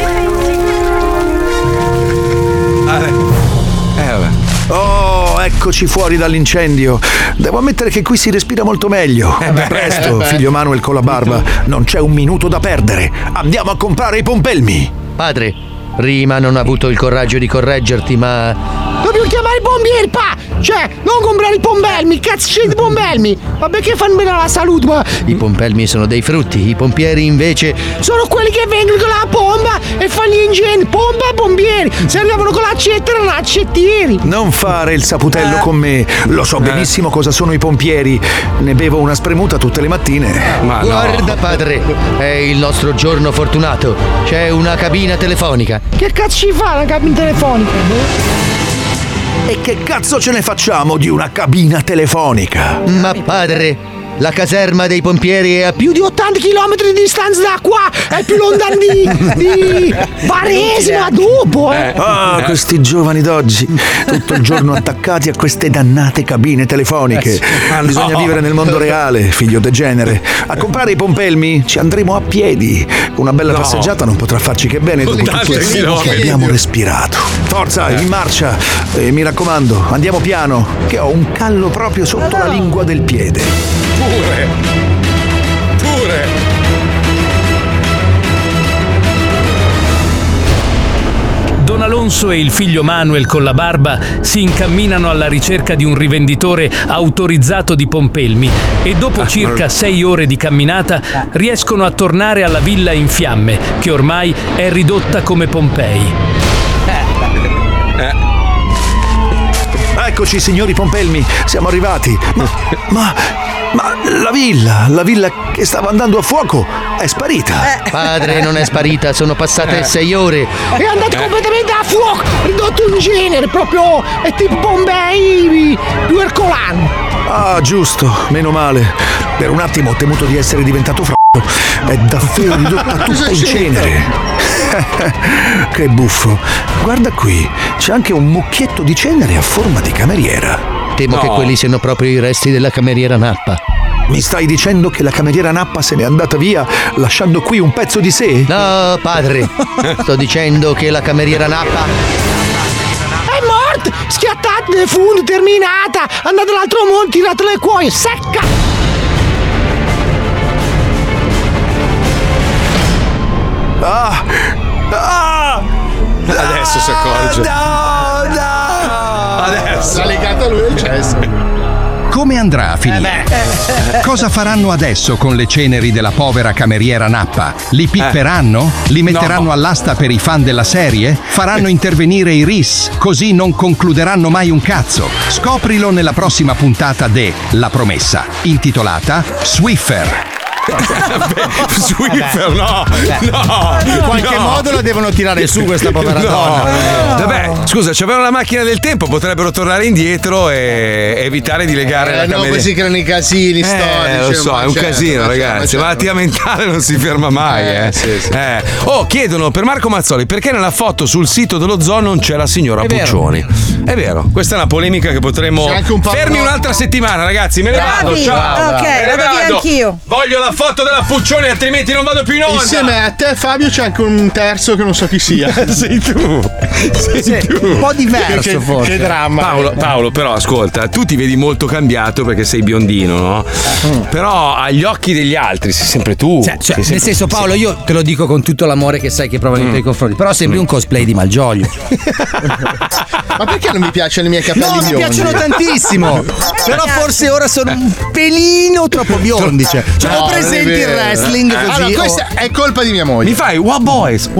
Oh, eccoci fuori dall'incendio. Devo ammettere che qui si respira molto meglio. Presto, figlio Manuel Colabarba, non c'è un minuto da perdere. Andiamo a comprare i pompelmi. Padre, prima non ho avuto il coraggio di correggerti, ma... Dobbiamo chiamare i pompieri, pa! Cioè, non comprare i pompelmi, cazzo c'è di pompelmi! Ma perché fanno bene alla salute, ma... I pompelmi sono dei frutti, i pompieri invece... Sono quelli che vengono con la pompa e fanno gli incendi, pompa e pompieri! Se arrivano con l'accetta, erano accettieri! Non fare il saputello con me, lo so benissimo cosa sono i pompieri. Ne bevo una spremuta tutte le mattine. Ma guarda, padre, è il nostro giorno fortunato. C'è una cabina telefonica. Che cazzo ci fa una cabina telefonica? E che cazzo ce ne facciamo di una cabina telefonica? Ma padre, la caserma dei pompieri è a più di 80 km di distanza da qua, è più lontano di Varesima dopo. Ah, questi giovani d'oggi, tutto il giorno attaccati a queste dannate cabine telefoniche. Bisogna vivere nel mondo reale, figlio degenere. A comprare i pompelmi ci andremo a piedi. Una bella passeggiata non potrà farci che bene dopo tutto il tempo che abbiamo respirato. Forza, in marcia. E mi raccomando, andiamo piano, che ho un callo proprio sotto la lingua del piede. Pure. Don Alonso e il figlio Manuel con la barba si incamminano alla ricerca di un rivenditore autorizzato di pompelmi e dopo circa 6 ore di camminata riescono a tornare alla villa in fiamme, che ormai è ridotta come Pompei. Eccoci, signori pompelmi, siamo arrivati. Ma la villa che stava andando a fuoco è sparita. Padre, non è sparita, sono passate 6 ore. È andato completamente a fuoco, ridotto in genere, proprio è tipo Bombay più Ercolano. Ah, giusto, meno male. Per un attimo ho temuto di essere diventato È davvero ridotta tutta in cenere. Che buffo. Guarda qui, c'è anche un mucchietto di cenere a forma di cameriera. Temo che quelli siano proprio i resti della cameriera Nappa. Mi stai dicendo che la cameriera Nappa se n'è andata via lasciando qui un pezzo di sé? No, padre. Sto dicendo che la cameriera Nappa è morta, schiattata nel fondo, terminata, andata all'altro mondo, tirata le cuoie, secca. Adesso si accorge. Adesso. Ha legato lui il cesso. Come andrà a finire? Cosa faranno adesso con le ceneri della povera cameriera Nappa? Li pipperanno? Li metteranno all'asta per i fan della serie? Faranno intervenire i RIS? Così non concluderanno mai un cazzo. Scoprilo nella prossima puntata de La Promessa, intitolata Swiffer. Swiffer, no. In qualche modo la devono tirare su questa povera donna. Vabbè, scusa, c'avevano la macchina del tempo, potrebbero tornare indietro e evitare di legare la cameriera. No, poi si creano i casini storici. Lo so, è un casino, ragazzi. La malattia mentale non si ferma mai. Sì. Oh, chiedono per Marco Mazzoli perché nella foto sul sito dello zoo non c'è la signora Puccioni. È vero, questa è una polemica che potremmo. Fermi un'altra settimana, ragazzi. Me ne vado. Ciao. Ok, vado via anch'io. Voglio la foto della Puccioni, altrimenti non vado più in onda. Insieme a te, Fabio, c'è anche un terzo che non so chi sia. Sei tu. Un po' diverso, forse. Che dramma. Paolo, però ascolta, tu ti vedi molto cambiato perché sei biondino, no? Però agli occhi degli altri sei sempre tu. Nel senso, Paolo, io te lo dico con tutto l'amore che sai che provo nei tuoi confronti, però sembri un cosplay di Malgioglio. Ma perché non mi piacciono i miei capelli biondi? Mi piacciono tantissimo. Però forse ora sono un pelino troppo biondi. Ho presenti il wrestling così. Allora, questa è colpa di mia moglie. Mi fai What Boys?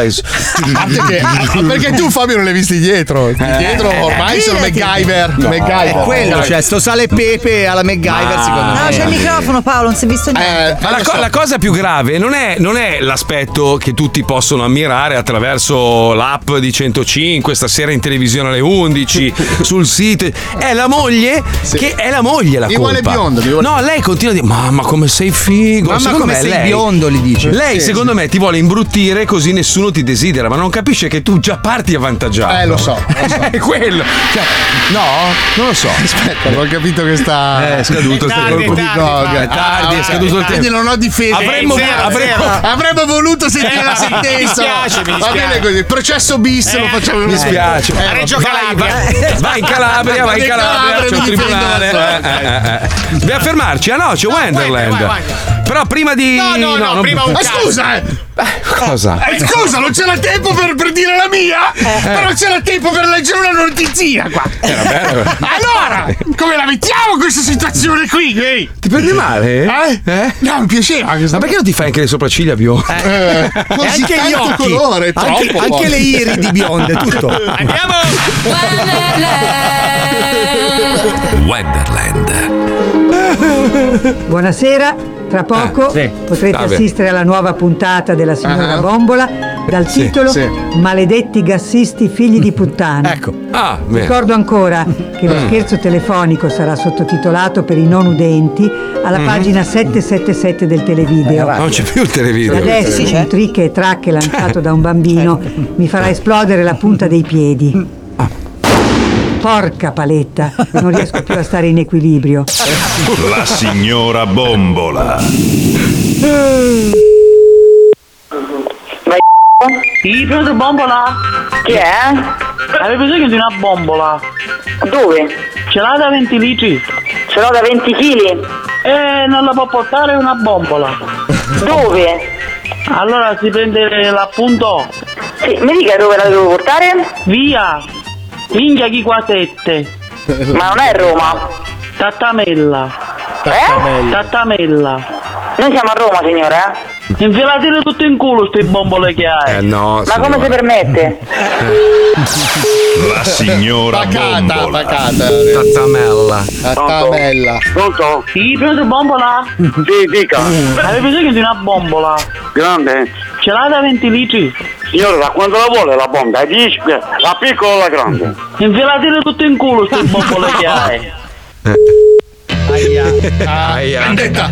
Perché tu, Fabio, non l'hai visti dietro. Dietro ormai sono MacGyver. È quello, sto sale e pepe alla MacGyver, secondo me. No, c'è il microfono, Paolo, non si è visto niente. Ma la cosa più grave non è l'aspetto che tutti possono ammirare attraverso l'app di 105, stasera in televisione alle 11, sul sito. È la moglie che è la moglie la colpa. Mi vuole biondo. No, lei continua a dire mamma come sei figo. Mamma come sei biondo, gli dice. Lei secondo me ti vuole imbruttire così nessuno ti desidera, ma non capisce che tu già parti avvantaggiato. Lo so. È quello. No, non lo so. Aspetta, non ho capito che sta. È scaduto il colpo di Gog. È tardi, è scaduto il tempo. Quindi non ho difesa. Avremmo voluto sentire la sentenza. Mi dispiace. Va bene così. Processo bis lo facciamo. Mi spiace. Reggio Calabria. Vai in Calabria, c'è un tribunale. Dobbiamo fermarci. Ah no, c'è Wonderland. Però prima di. No, prima un cazzo. Scusa! Cosa? Scusa, non c'era tempo per dire la mia? Però c'era tempo per leggere una notizia qua. Allora, come la mettiamo questa situazione qui? Ehi? Ti prendi male? No, mi piaceva. Ma perché non ti fai anche le sopracciglia bionde? Così anche gli occhi. colore, troppo. Anche le iridi bionde, tutto. Andiamo! Wonderland. Buonasera, tra poco potrete assistere alla nuova puntata della Signora Bombola Dal titolo Maledetti gassisti figli di puttana. Ecco. Ah, bene. Ricordo ancora che lo scherzo telefonico sarà sottotitolato per i non udenti alla pagina 777 del televideo. Non c'è più il televideo. Adesso un trick e track lanciato da un bambino mi farà esplodere la punta dei piedi. Porca paletta, non riesco più a stare in equilibrio. La signora Bombola. Sì, pronto Bombola? Chi è? Avevo bisogno di una bombola. Dove? Ce l'ha da 20 litri? Ce l'ho da 20 kg? Non la può portare una bombola. Dove? Allora si prende l'appunto. Sì, mi dica dove la devo portare? Via! Minchia chi qua 7. Ma non è Roma? Tattamella. Tattamella. Noi siamo a Roma, signora, Infilatele tutto in culo ste bombole che hai. No. Ma come si permette? La signora Bombola. Tattamella. Pronto? Sì, pronto bombola? Sì, dica. Avevo bisogno di una bombola. Grande? Ce l'ha da 20 litri? Signora, da quando la vuole la bomba? La piccola o la grande? Infilatele tutto in culo ste bombole che hai. Aia.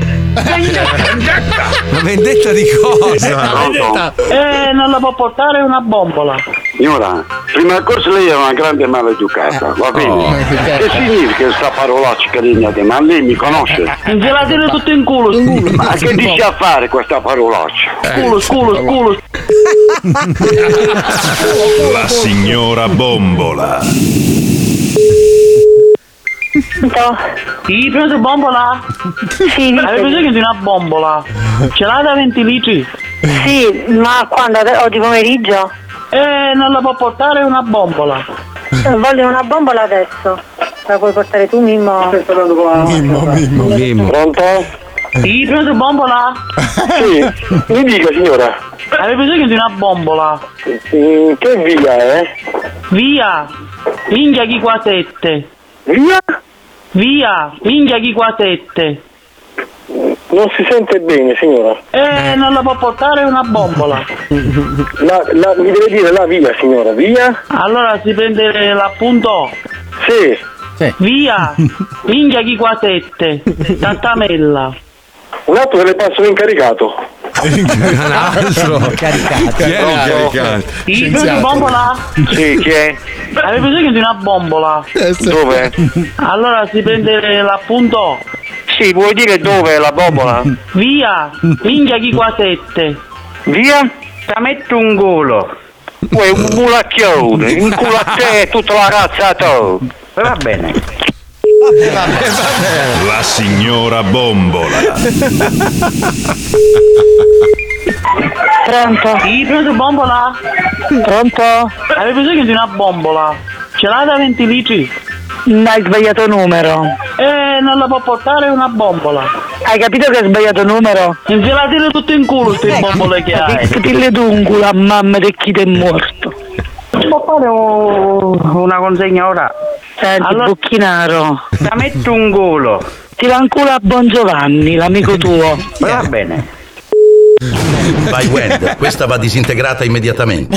Ma vendetta di cosa? Non la può portare una bombola. Signora, prima di corso lei è una grande maleducata, va bene? Che significa questa parolaccia che dignate? Ma lei mi conosce? Infilatele tutto in culo. Ma che dice a fare questa parolaccia? Culo. La signora Bombola. Sì, pronto bombola? Sì, avevo bisogno di una bombola. Ce l'ha da 20 litri? Sì, ma quando? Oggi pomeriggio? Non la può portare una bombola. Voglio una bombola adesso. La puoi portare tu, Mimmo? Mimmo. Pronto? Sì, pronto bombola? Sì, mi dica signora. Avevo bisogno di una bombola. Che via è? Via! Minchia chi qua 7. Via! Minchia chi qua 7. Non si sente bene, signora. Non la può portare una bombola. Mi deve dire la via, signora, via? Allora si prende l'appunto. Sì. Via! Minchia chi qua 7. Tattamella. Un attimo che le passo l'incaricato. Un altro. Caricato. Chi è l'incaricato? Sì, pronto bombola? Sì, chi è? Avevo bisogno di una bombola. Dove? Allora si prende l'appunto. Sì, vuoi dire dove è la bombola? Via! Minchia chi qua 7. Via? Ti metto un culo. Uè, un mulacchione, un culo a te e tutta la razza a te. Va bene. La signora Bombola. Pronto? Sì, pronto bombola? Pronto? Avevo bisogno di una bombola. Ce l'ha da 20 litri? Hai sbagliato numero. Non la può portare una bombola. Hai capito che hai sbagliato numero? Infilatele tutto in culo ste bombole che hai. Che tu un culo a mamma di chi ti è morto. Può fare una consegna ora? Senti, allora, Bucchinaro. Ti metto un culo. Ti va un culo a Bongiovanni, l'amico tuo. Va bene. Vai Wend, questa va disintegrata immediatamente.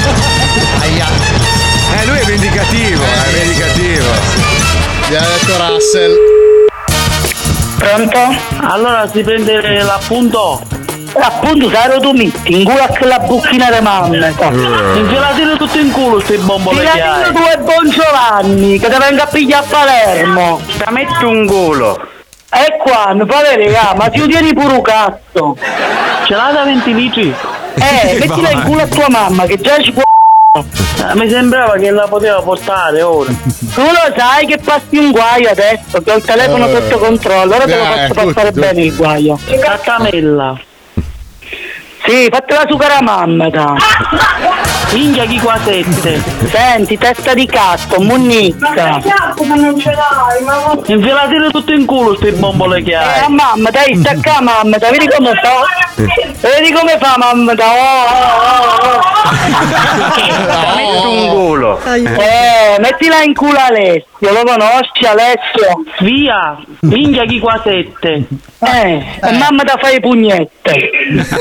Lui è vendicativo, Gli ha detto Russell. Pronto? Allora si prende l'appunto. Appunto, sai tu metti in culo a quella bucchina di mamma. Infilatele tutto in culo ste bombole che hai. Tu e Bongiovanni, che ti venga a pigliare a Palermo. Ti metto un culo. E qua, mi fa vedere, ma ti tieni pure un cazzo. Ce l'ha da 20 litri? Mettila in culo a tua mamma, che già ci può. Mi sembrava che la poteva portare ora. Tu lo sai che passi un guaio adesso, che ho il telefono sotto controllo, ora te lo faccio passare bene il guaio. Tattamella. Sì, fatela su cara mamma, Minchia chi qua 7. Senti, testa di cazzo, munnicca. Non ce l'hai, ma. Infilatele tutto in culo ste bombole che hai. Mamma, dai, stacca mamma, vedi come fa? Vedi come fa mamma? Metti un culo. Mettila in culo Alessio, lo conosci Alessio? Via, minchia chi qua 7. E mamma da fare pugnette.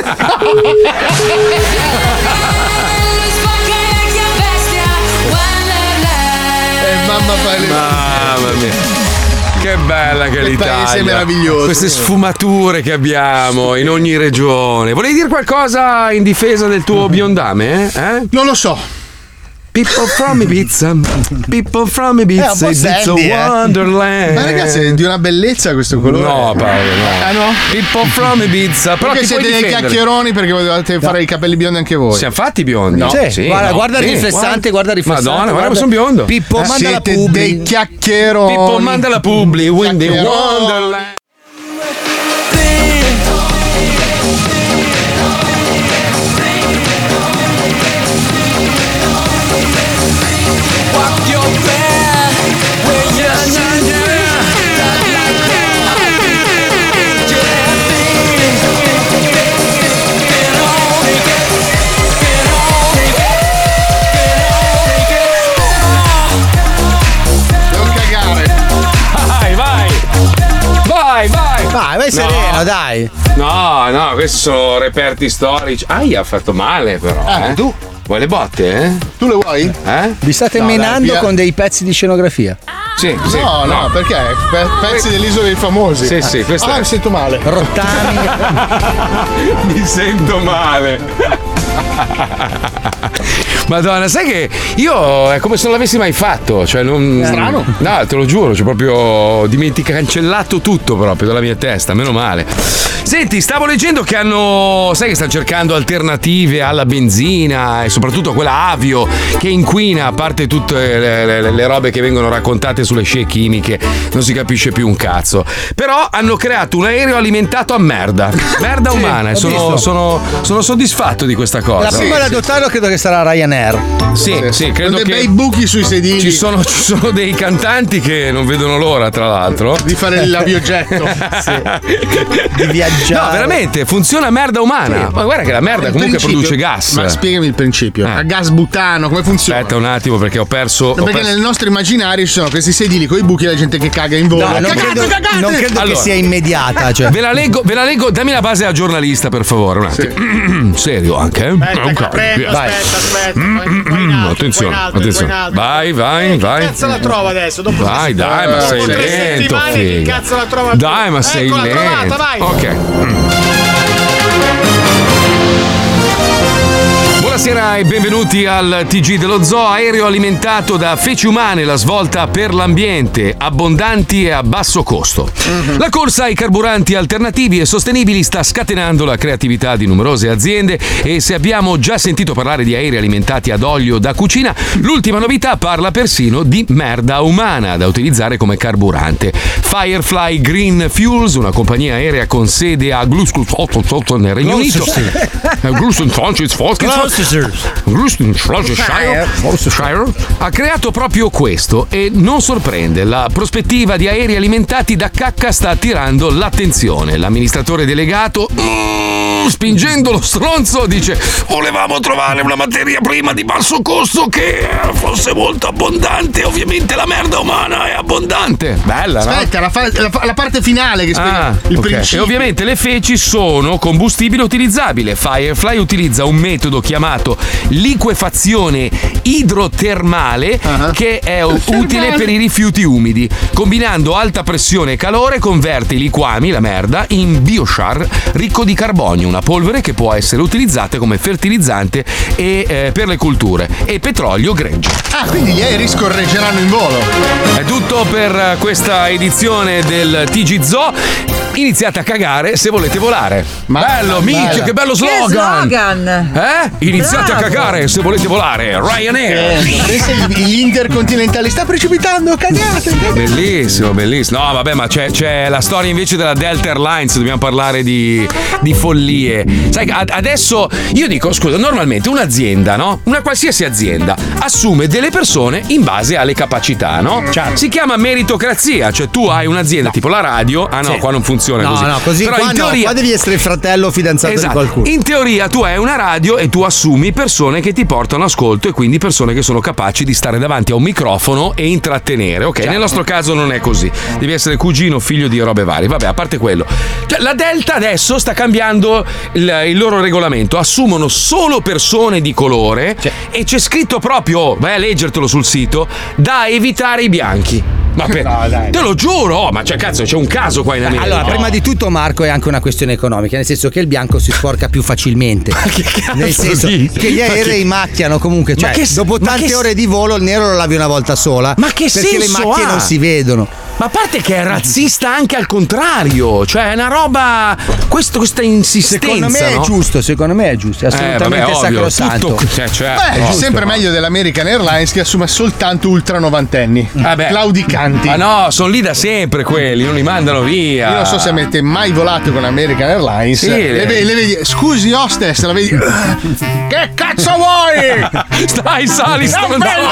Mamma mia. Che bella che l'Italia. Paese meraviglioso. Queste sfumature che abbiamo in ogni regione. Volevi dire qualcosa in difesa del tuo biondame? Non lo so. People from Ibiza, people from Ibiza, it's a wonderland. Ma ragazzi, è di una bellezza questo colore. No, Paolo, no. Ah no? People from Ibiza. Però perché siete dei chiacchieroni perché volevate fare i capelli biondi anche voi. Siamo fatti biondi? No. Sì, guarda il riflessante, guarda il riflessante. Madonna, guarda che sono biondo. Pippo, manda la siete publi. dei chiacchieroni. Pippo, manda la publi. Windy Wonderland. Vai sereno, dai. No, questi sono reperti storici. Ha fatto male però. Tu? Vuoi le botte, Tu le vuoi? Vi state menando con dei pezzi di scenografia? Sì. No, perché? Pezzi dell'Isola dei Famosi. Sì, questo mi sento male. Rottami. Mi sento male. Madonna, sai che io è come se non l'avessi mai fatto. Cioè, non. Strano. No, te lo giuro, c'ho proprio cancellato tutto proprio dalla mia testa, meno male. Senti, stavo leggendo che sai che stanno cercando alternative alla benzina e soprattutto a quella avio che inquina, a parte tutte le robe che vengono raccontate sulle scie chimiche, non si capisce più un cazzo. Però hanno creato un aereo alimentato a merda umana e sono soddisfatto di questa cosa. La prima ad adottarlo credo che sarà Ryanair. Sì, credo dei che bei buchi sui sedili. ci sono dei cantanti che non vedono l'ora, tra l'altro, di fare l'aviogetto. Di viaggiare. No, veramente funziona merda umana. Ma guarda che la merda comunque produce gas. Ma spiegami il principio. A gas butano, come funziona? Aspetta un attimo perché ho perso. Perché nel nostro immaginario ci sono questi sedili con i buchi e la gente che caga in volo. No, non credo che sia immediata. Cioè. Ve la leggo, dammi la base a giornalista per favore, un attimo. Serio anche? Aspetta. Attenzione. Vai. Che cazzo la trova adesso? Dopo vai, dai, ma sei lento, che cazzo la trova? Dai, ma sei lento. Trovata, vai. Ok. Buonasera e benvenuti al TG dello Zoo. Aereo alimentato da feci umane, la svolta per l'ambiente, abbondanti e a basso costo. La corsa ai carburanti alternativi e sostenibili sta scatenando la creatività di numerose aziende e se abbiamo già sentito parlare di aerei alimentati ad olio da cucina, l'ultima novità parla persino di merda umana da utilizzare come carburante. Firefly Green Fuels, una compagnia aerea con sede a Gloucester nel Regno Unito, ha creato proprio questo e non sorprende, la prospettiva di aerei alimentati da cacca sta attirando l'attenzione. L'amministratore delegato, spingendo lo stronzo, dice: volevamo trovare una materia prima di basso costo che fosse molto abbondante. Ovviamente la merda umana è abbondante. Bella, aspetta, no? la parte finale che spiega il principio. E ovviamente le feci sono combustibile utilizzabile. Firefly utilizza un metodo chiamato liquefazione idrotermale che è utile per i rifiuti umidi. Combinando alta pressione e calore converte i liquami, la merda, in biochar ricco di carbonio, una polvere che può essere utilizzata come fertilizzante e per le colture, e petrolio greggio. Quindi gli aerei scorreggeranno in volo. È tutto per questa edizione del TG Zoo. iniziate a cagare se volete volare. Bello, minchia, che bello slogan! Iniziate a cagare se volete volare. Ryanair. Gli intercontinentali sta precipitando, cagate. Bellissimo, bellissimo. No, vabbè, ma c'è la storia invece della Delta Airlines. Dobbiamo parlare di follie. Sai, adesso io dico, scusa, normalmente un'azienda, no? Una qualsiasi azienda assume delle persone in base alle capacità, no? Si chiama meritocrazia, cioè tu hai un'azienda tipo la radio. Ah no, qua non funziona così. No, così però qua in teoria qua devi essere il fratello o fidanzato di qualcuno. In teoria tu hai una radio e tu assumi persone che ti portano ascolto e quindi persone che sono capaci di stare davanti a un microfono e intrattenere. Ok, nel nostro caso non è così. Devi essere cugino, figlio di robe varie. Vabbè, a parte quello. Cioè, la Delta adesso sta cambiando il loro regolamento. Assumono solo persone di colore e c'è scritto proprio, vai a leggertelo sul sito, da evitare i bianchi. Ma te lo giuro, ma cazzo, c'è un caso qua in America. Allora, prima di tutto, Marco, è anche una questione economica, nel senso che il bianco si sporca più facilmente. Ma che cazzo nel senso dici? che gli aerei macchiano comunque, cioè dopo tante ore di volo il nero lo lavi una volta sola. Ma che perché senso le macchie non si vedono. Ma a parte che è razzista anche al contrario, cioè è una roba, questa insistenza. Secondo me è giusto, è assolutamente sacrosanto. Sempre meglio dell'American Airlines che assume soltanto ultra novantenni. Claudicanti. Ma no, sono lì da sempre quelli, non li mandano via. Io non so se avete mai volato con American Airlines. Sì, le vedi, scusi hostess, la vedi. Che cazzo vuoi? Stai, sali, sto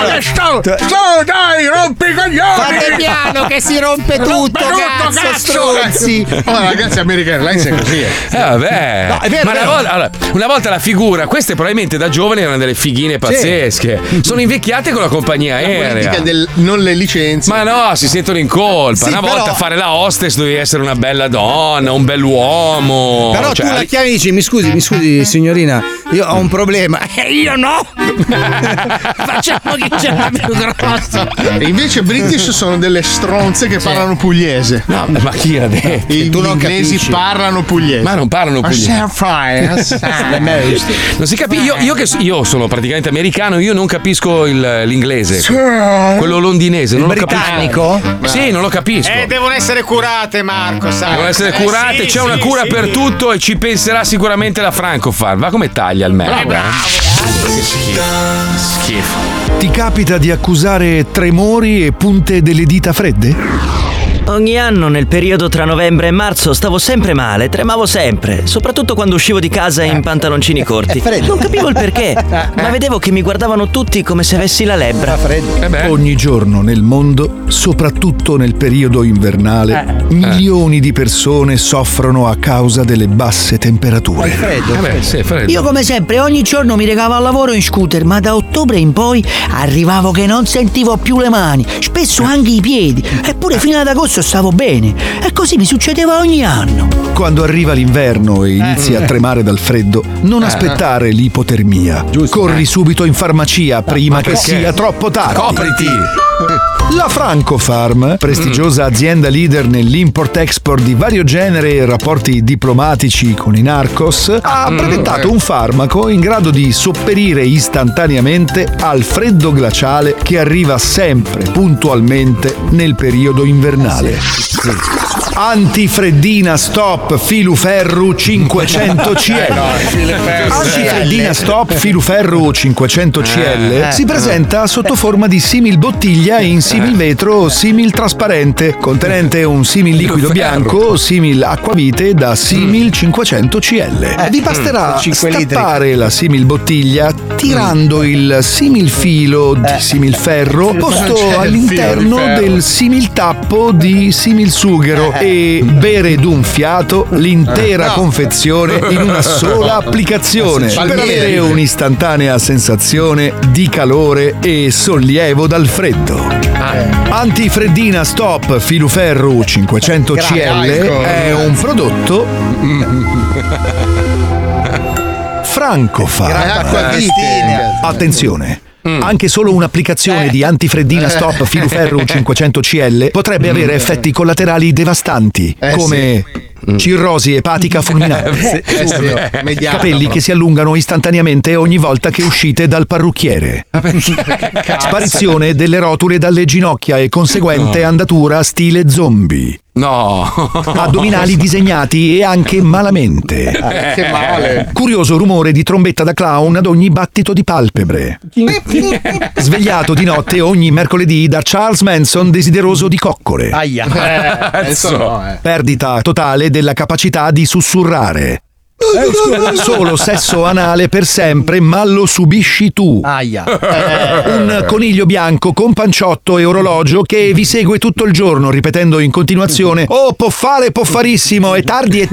dai, rompi i coglioni. Fate piano che si rompe tutto, cazzo, stronzi. Oh, ragazzi, American Airlines è così. Vabbè. No, è vero, ma una volta la figura, queste probabilmente da giovani erano delle fighine pazzesche. Sono invecchiate con la compagnia aerea. La politica non le licenze. Ma no, si sentono in colpa. Una volta a fare la hostess dovevi essere una bella donna, un bell'uomo. Però tu la chiami e dici: mi scusi signorina, io ho un problema. Io no. Facciamo che c'è una più grossa. E invece British sono delle stronze che parlano pugliese. No, ma chi ha detto? Gli inglesi parlano pugliese. Ma non parlano pugliese. Non si capisce. Io sono praticamente americano, io non capisco l'inglese. Quello londinese, non lo britannico? capisco. Sì, non lo capisco. Devono essere curate, Marco, sai. Devono essere curate, c'è una cura per tutto e ci penserà sicuramente la Francofarm. Va come taglia il merda. Che schifo. Ti capita di accusare tremori e punte delle dita fredde? Ogni anno nel periodo tra novembre e marzo stavo sempre male, tremavo sempre, soprattutto quando uscivo di casa in pantaloncini corti. Non capivo il perché, ma vedevo che mi guardavano tutti come se avessi la lebbra. Ogni giorno nel mondo, soprattutto nel periodo invernale, milioni di persone soffrono a causa delle basse temperature. Freddo. Io come sempre ogni giorno mi recavo al lavoro in scooter, ma da ottobre in poi arrivavo che non sentivo più le mani, spesso anche i piedi, eppure fino ad agosto stavo bene, e così mi succedeva ogni anno. Quando arriva l'inverno e inizi a tremare dal freddo, non aspettare l'ipotermia. Corri subito in farmacia prima che sia troppo tardi. Copriti! La Francofarm, prestigiosa azienda leader nell'import-export di vario genere e rapporti diplomatici con i narcos, ha brevettato un farmaco in grado di sopperire istantaneamente al freddo glaciale che arriva sempre puntualmente nel periodo invernale. Antifreddina Stop Filuferru 500 CL. Antifreddina Stop Filuferru 500 CL si presenta sotto forma di simil bottiglia in simil vetro simil trasparente, contenente un simil liquido bianco simil acquavite da simil 500 CL. Vi basterà stappare la simil bottiglia tirando il simil filo di simil ferro posto all'interno del simil tappo di simil sughero e bere d'un fiato l'intera confezione in una sola applicazione per avere un'istantanea sensazione di calore e sollievo dal freddo. Antifreddina Stop Filuferru 500 CL è un prodotto Francofarm. Attenzione! Anche solo un'applicazione di antifreddina Stop Filuferru 500 CL potrebbe avere effetti collaterali devastanti, come cirrosi epatica fulminante, capelli che si allungano istantaneamente ogni volta che uscite dal parrucchiere, sparizione delle rotule dalle ginocchia e conseguente andatura stile zombie, No. Addominali disegnati e anche malamente. Che male. Curioso rumore di trombetta da clown ad ogni battito di palpebre. Svegliato di notte ogni mercoledì da Charles Manson desideroso di coccole. Aia. Perdita totale della capacità di sussurrare. Solo sesso anale per sempre, ma lo subisci tu. Aia. Un coniglio bianco con panciotto e orologio che vi segue tutto il giorno ripetendo in continuazione: oh, può farissimo, è tardi.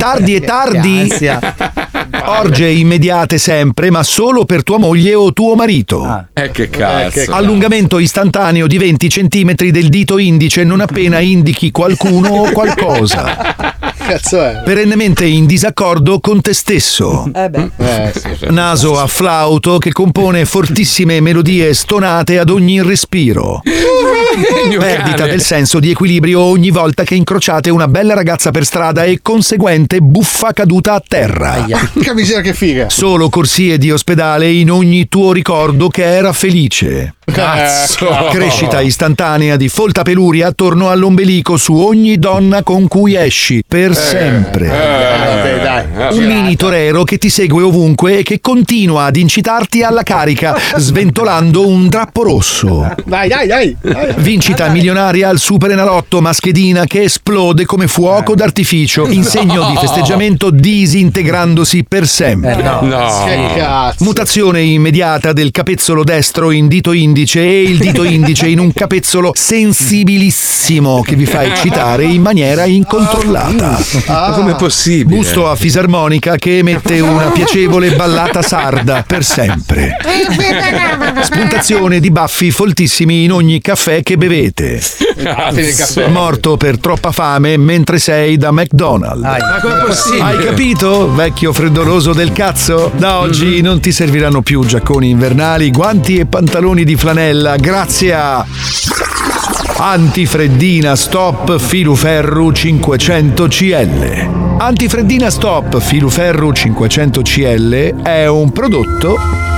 Orge immediate sempre, ma solo per tua moglie o tuo marito. Che cazzo. Allungamento istantaneo di 20 centimetri del dito indice non appena indichi qualcuno o qualcosa. Cazzo è? Perennemente in disaccordo con te stesso. Naso a flauto che compone fortissime melodie stonate ad ogni respiro. Perdita del senso di equilibrio ogni volta che incrociate una bella ragazza per strada e conseguente buffa caduta a terra. Che miseria, che figa. Solo corsie di ospedale in ogni tuo ricordo che era felice. Cazzo. Crescita istantanea di folta peluria attorno all'ombelico su ogni donna con cui esci per sempre. Dai. Un mini torero che ti segue ovunque e che continua ad incitarti alla carica sventolando un drappo rosso. Dai. Vincita milionaria al Super Enalotto, ma schedina che esplode come fuoco d'artificio in segno di festeggiamento disintegrandosi per sempre. Che cazzo. Mutazione immediata del capezzolo destro in dito indice e il dito indice in un capezzolo sensibilissimo che vi fa eccitare in maniera incontrollata. Ma com'è possibile? Busto a fisarmonica che emette una piacevole ballata sarda per sempre. Spuntazione di baffi foltissimi in ogni caffè che bevete. Morto per troppa fame mentre sei da McDonald's. Ma com'è possibile? Hai capito, vecchio freddoloso del cazzo? Da oggi non ti serviranno più giacconi invernali, guanti e pantaloni di flanella grazie a Antifreddina Stop Filuferru 500 CL. Antifreddina Stop Filuferru 500 CL è un prodotto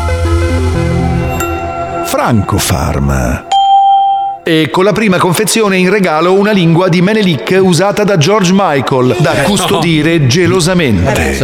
Francofarm. E con la prima confezione in regalo una lingua di Menelik usata da George Michael da custodire gelosamente.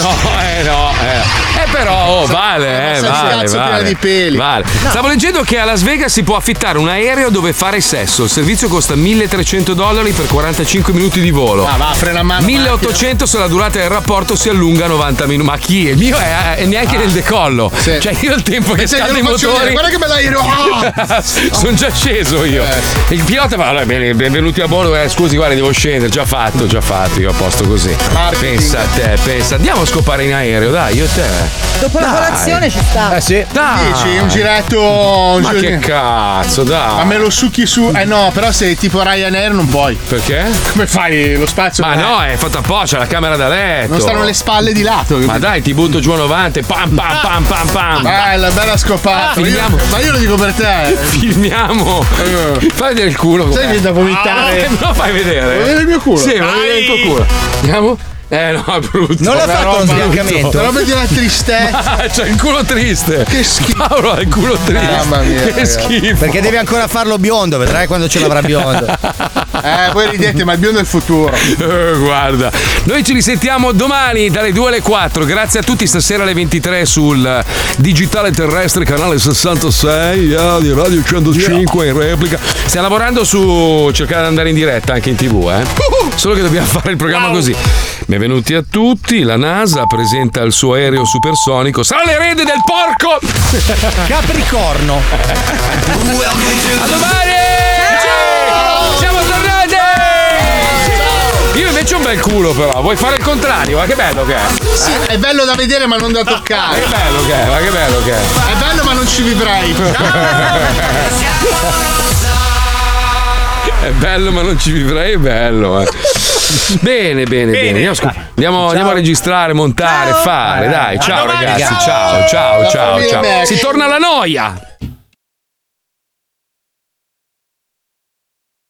Però vale. Di peli. Vale. Stavo leggendo che a Las Vegas si può affittare un aereo dove fare sesso. Il servizio costa $1.300 per 45 minuti di volo. Va, frena a mano. 1.800 se la durata del rapporto si allunga a 90 minuti. Ma chi? Il mio è neanche nel decollo. Sì. Cioè io il tempo che scaldo i motori. Guarda che bell'aereo. Sono già sceso io. Il pilota fa: allora, benvenuti a bordo. Scusi, guarda, devo scendere. Già fatto, io a posto così. Pensa a te, andiamo a scopare in aereo, dai, io e te. Dopo la colazione ci sta. Sì. Dai. Dici un giretto. Ma che cazzo, dai. Ma me lo succhi su. No, però se tipo Ryanair non puoi. Perché? Come fai lo spazio? Ma no, è fatta apposta, la camera da letto. Non stanno le spalle di lato. Ma dai, ti butto giù a 90. Pam. Bella scopata. Ma io lo dico per te. Filmiamo. Fai vedere il culo. Sai che da vomitare. No, fai vedere. Vuoi vedere il mio culo? Sì, vuoi vedere il tuo culo. Andiamo. No, è brutto. Non l'ha fatto lo sbiancamento. Però vedi la tristezza. C'è il culo triste. Che schifo. Paolo ha il culo triste. Mamma mia. Che schifo. Perché devi ancora farlo biondo, vedrai quando ce l'avrà biondo. Voi ridete, ma il biondo è il futuro. Guarda, noi ci risentiamo domani dalle 2 alle 4. Grazie a tutti, stasera alle 23 sul digitale terrestre canale 66 di Radio 105 in replica. Stiamo lavorando su cercare di andare in diretta anche in TV, Solo che dobbiamo fare il programma così. Benvenuti a tutti, la NASA presenta il suo aereo supersonico. Sarà l'erede del porco! Capricorno. A domani! Ciao! Siamo tornati! Io invece ho un bel culo però, vuoi fare il contrario? Ma che bello che è! Sì, è bello da vedere ma non da toccare. Che bello che è, ma che bello che è! È bello ma non ci vivrei. È bello ma non ci vivrei, è bello. Bene. Andiamo a registrare, montare, fare. Dai, ciao ragazzi, ciao. Si torna alla noia.